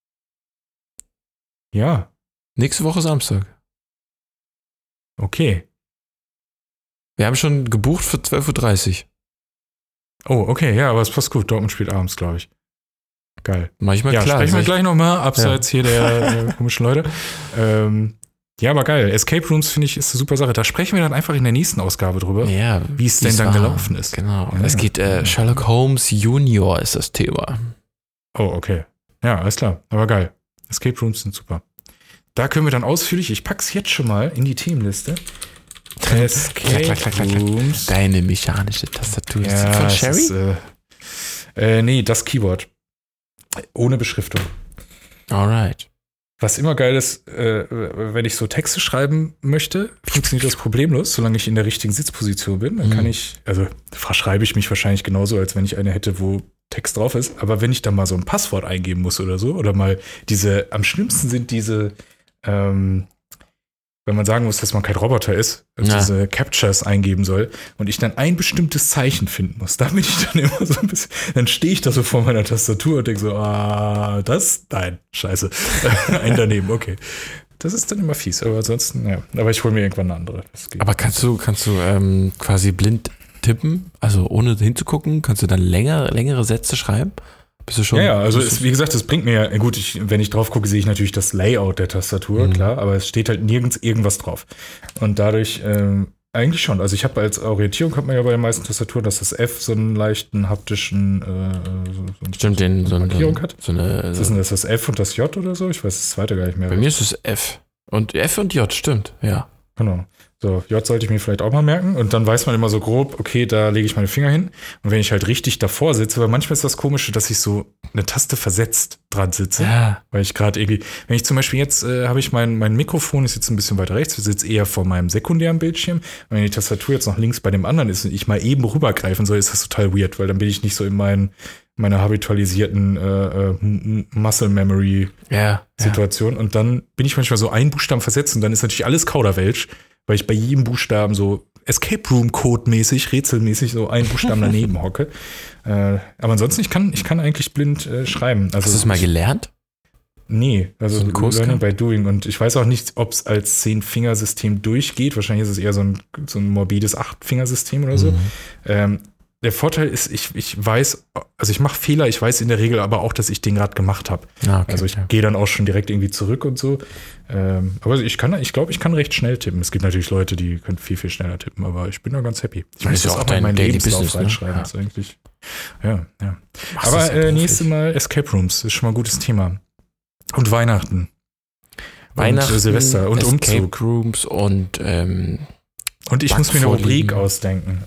Ja.
Nächste Woche Samstag.
Okay.
Wir haben schon gebucht für 12.30 Uhr.
Oh, okay, ja, aber es passt gut. Dortmund spielt abends, glaube ich. Geil.
Manchmal
ja,
klar.
Sprechen wir gleich nochmal, abseits hier der komischen Leute. Ja, aber geil. Escape Rooms, finde ich, ist eine super Sache. Da sprechen wir dann einfach in der nächsten Ausgabe drüber, wie es denn dann gelaufen ist.
Genau. Ja. Es geht Sherlock Holmes Junior ist das Thema.
Oh, okay. Ja, alles klar. Aber geil. Escape Rooms sind super. Da können wir dann ausführlich, ich pack's jetzt schon mal in die Themenliste. Escape Rooms.
Deine mechanische Tastatur.
Ja,
ist die von Sherry?
Nee, das Keyboard. Ohne Beschriftung.
Alright.
Was immer geil ist, wenn ich so Texte schreiben möchte, funktioniert das problemlos, solange ich in der richtigen Sitzposition bin. Dann kann ich, also verschreibe ich mich wahrscheinlich genauso, als wenn ich eine hätte, wo Text drauf ist. Aber wenn ich dann mal so ein Passwort eingeben muss oder so, oder mal am schlimmsten sind diese, wenn man sagen muss, dass man kein Roboter ist, und diese Captures eingeben soll und ich dann ein bestimmtes Zeichen finden muss. Da bin ich dann immer so ein bisschen, dann stehe ich da so vor meiner Tastatur und denke so, nein, scheiße. Ein daneben, okay. Das ist dann immer fies, aber ansonsten, ja. Aber ich hole mir irgendwann eine andere.
Aber kannst du quasi blind tippen, also ohne hinzugucken, kannst du dann längere Sätze schreiben? Bist du schon?
Ja, also wie gesagt, das bringt mir ja, gut, wenn ich drauf gucke, sehe ich natürlich das Layout der Tastatur, klar, aber es steht halt nirgends irgendwas drauf. Und dadurch eigentlich schon. Also ich habe als Orientierung, hat man ja bei den meisten Tastaturen, dass das F so einen leichten haptischen
Stimmt, so eine Markierung
hat. Ist das F und das J oder so? Ich weiß das zweite gar nicht mehr.
Bei mir ist es F. Und F und J, stimmt, ja.
Genau. So, J sollte ich mir vielleicht auch mal merken. Und dann weiß man immer so grob, okay, da lege ich meine Finger hin. Und wenn ich halt richtig davor sitze, weil manchmal ist das Komische, dass ich so eine Taste versetzt dran sitze.
Ja.
Weil ich gerade irgendwie, wenn ich zum Beispiel jetzt, habe ich mein Mikrofon ist jetzt ein bisschen weiter rechts, ich sitze eher vor meinem sekundären Bildschirm. Und wenn die Tastatur jetzt noch links bei dem anderen ist und ich mal eben rübergreifen soll, ist das total weird, weil dann bin ich nicht so in meiner habitualisierten Muscle Memory Situation. Und dann bin ich manchmal so einen Buchstaben versetzt und dann ist natürlich alles Kauderwelsch, weil ich bei jedem Buchstaben so Escape Room Code mäßig, rätselmäßig so einen Buchstaben daneben hocke. Aber ansonsten, ich kann eigentlich blind schreiben. Also,
hast du es mal gelernt?
Nee, also
so
Learning by Doing. Und ich weiß auch nicht, ob es als 10-Fingersystem durchgeht. Wahrscheinlich ist es eher so ein morbides 8-Fingersystem oder so. Der Vorteil ist, ich weiß, also ich mache Fehler, ich weiß in der Regel aber auch, dass ich den gerade gemacht habe.
Okay,
also ich gehe dann auch schon direkt irgendwie zurück und so. Aber ich glaube, ich kann recht schnell tippen. Es gibt natürlich Leute, die können viel, viel schneller tippen, aber ich bin da ganz happy. Ich muss das auch in meinen Lebenslauf reinschreiben. Ne? Eigentlich. Ja. Aber nächstes Mal Escape Rooms, ist schon mal ein gutes Thema. Und Weihnachten. Und Silvester und
Escape
Umzug.
Rooms und
ich muss mir eine Rubrik ausdenken.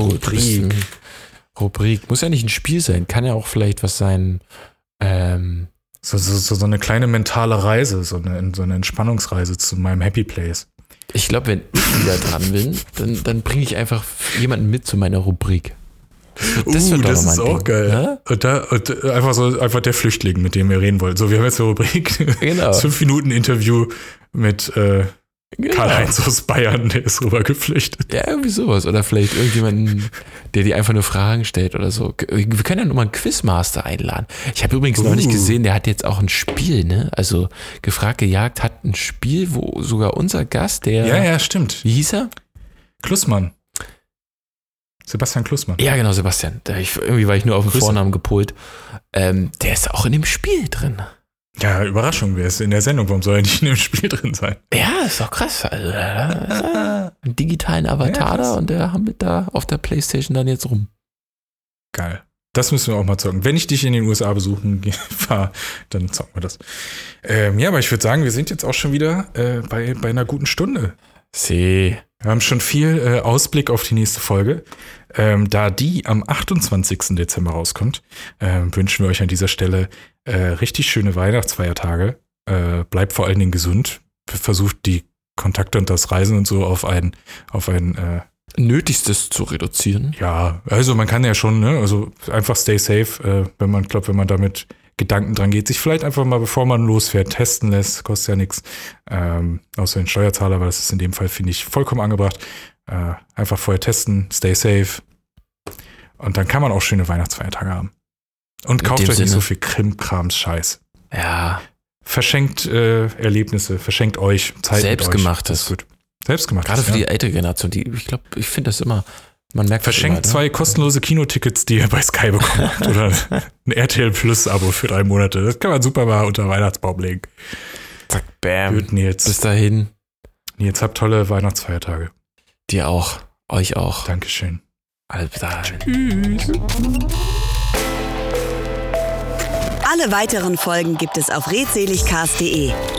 Rubrik. Muss ja nicht ein Spiel sein. Kann ja auch vielleicht was sein.
So eine kleine mentale Reise, so eine Entspannungsreise zu meinem Happy Place.
Ich glaube, wenn ich wieder dran bin, dann bringe ich einfach jemanden mit zu meiner Rubrik. Das
ist auch geil. Ne? Und einfach der Flüchtling, mit dem wir reden wollen. So, wir haben jetzt eine Rubrik.
Genau.
5-Minuten-Interview mit Karl-Heinz aus Bayern, der ist rüber geflüchtet.
Ja, irgendwie sowas. Oder vielleicht irgendjemanden, der dir einfach nur Fragen stellt oder so. Wir können ja nochmal einen Quizmaster einladen. Ich habe übrigens noch nicht gesehen, der hat jetzt auch ein Spiel, ne? Also Gefragt, gejagt hat ein Spiel, wo sogar unser Gast, der...
Ja, stimmt.
Wie hieß er?
Klussmann. Sebastian Klussmann.
Ja, genau, Sebastian. Irgendwie war ich nur auf den Vornamen gepolt. Der ist auch in dem Spiel drin.
Ja, Überraschung, wer ist in der Sendung? Warum soll er nicht in dem Spiel drin sein?
Ja, ist doch krass. Also, einen digitalen Avatar da und der hammelt da auf der Playstation dann jetzt rum.
Geil. Das müssen wir auch mal zocken. Wenn ich dich in den USA besuchen fahre, dann zocken wir das. Aber ich würde sagen, wir sind jetzt auch schon wieder bei einer guten Stunde. Wir haben schon viel Ausblick auf die nächste Folge. Da die am 28. Dezember rauskommt, wünschen wir euch an dieser Stelle richtig schöne Weihnachtsfeiertage. Bleibt vor allen Dingen gesund. Versucht die Kontakte und das Reisen und so auf ein
Nötigstes zu reduzieren.
Ja, also man kann ja schon, ne? Also einfach stay safe, wenn man damit Gedanken dran geht, sich vielleicht einfach mal, bevor man losfährt, testen lässt, kostet ja nichts, außer den Steuerzahler, aber das ist in dem Fall, finde ich, vollkommen angebracht. Einfach vorher testen, stay safe und dann kann man auch schöne Weihnachtsfeiertage haben. Und kauft euch nicht so viel Krimkrams-Scheiß.
Ja.
Verschenkt Erlebnisse, verschenkt euch Zeit.
Selbstgemachtes.
Selbstgemachtes.
Gerade für die ältere Generation, ich finde das immer, man merkt
verschenkt das immer, 2 kostenlose Kinotickets, die ihr bei Sky bekommt. Oder ein RTL Plus-Abo für 3 Monate. Das kann man super mal unter Weihnachtsbaum legen.
Zack, bam.
Gut, Nils.
Bis dahin.
Nils, habt tolle Weihnachtsfeiertage.
Dir auch. Euch auch.
Dankeschön.
Tschüss.
Alle weiteren Folgen gibt es auf redseligcast.de.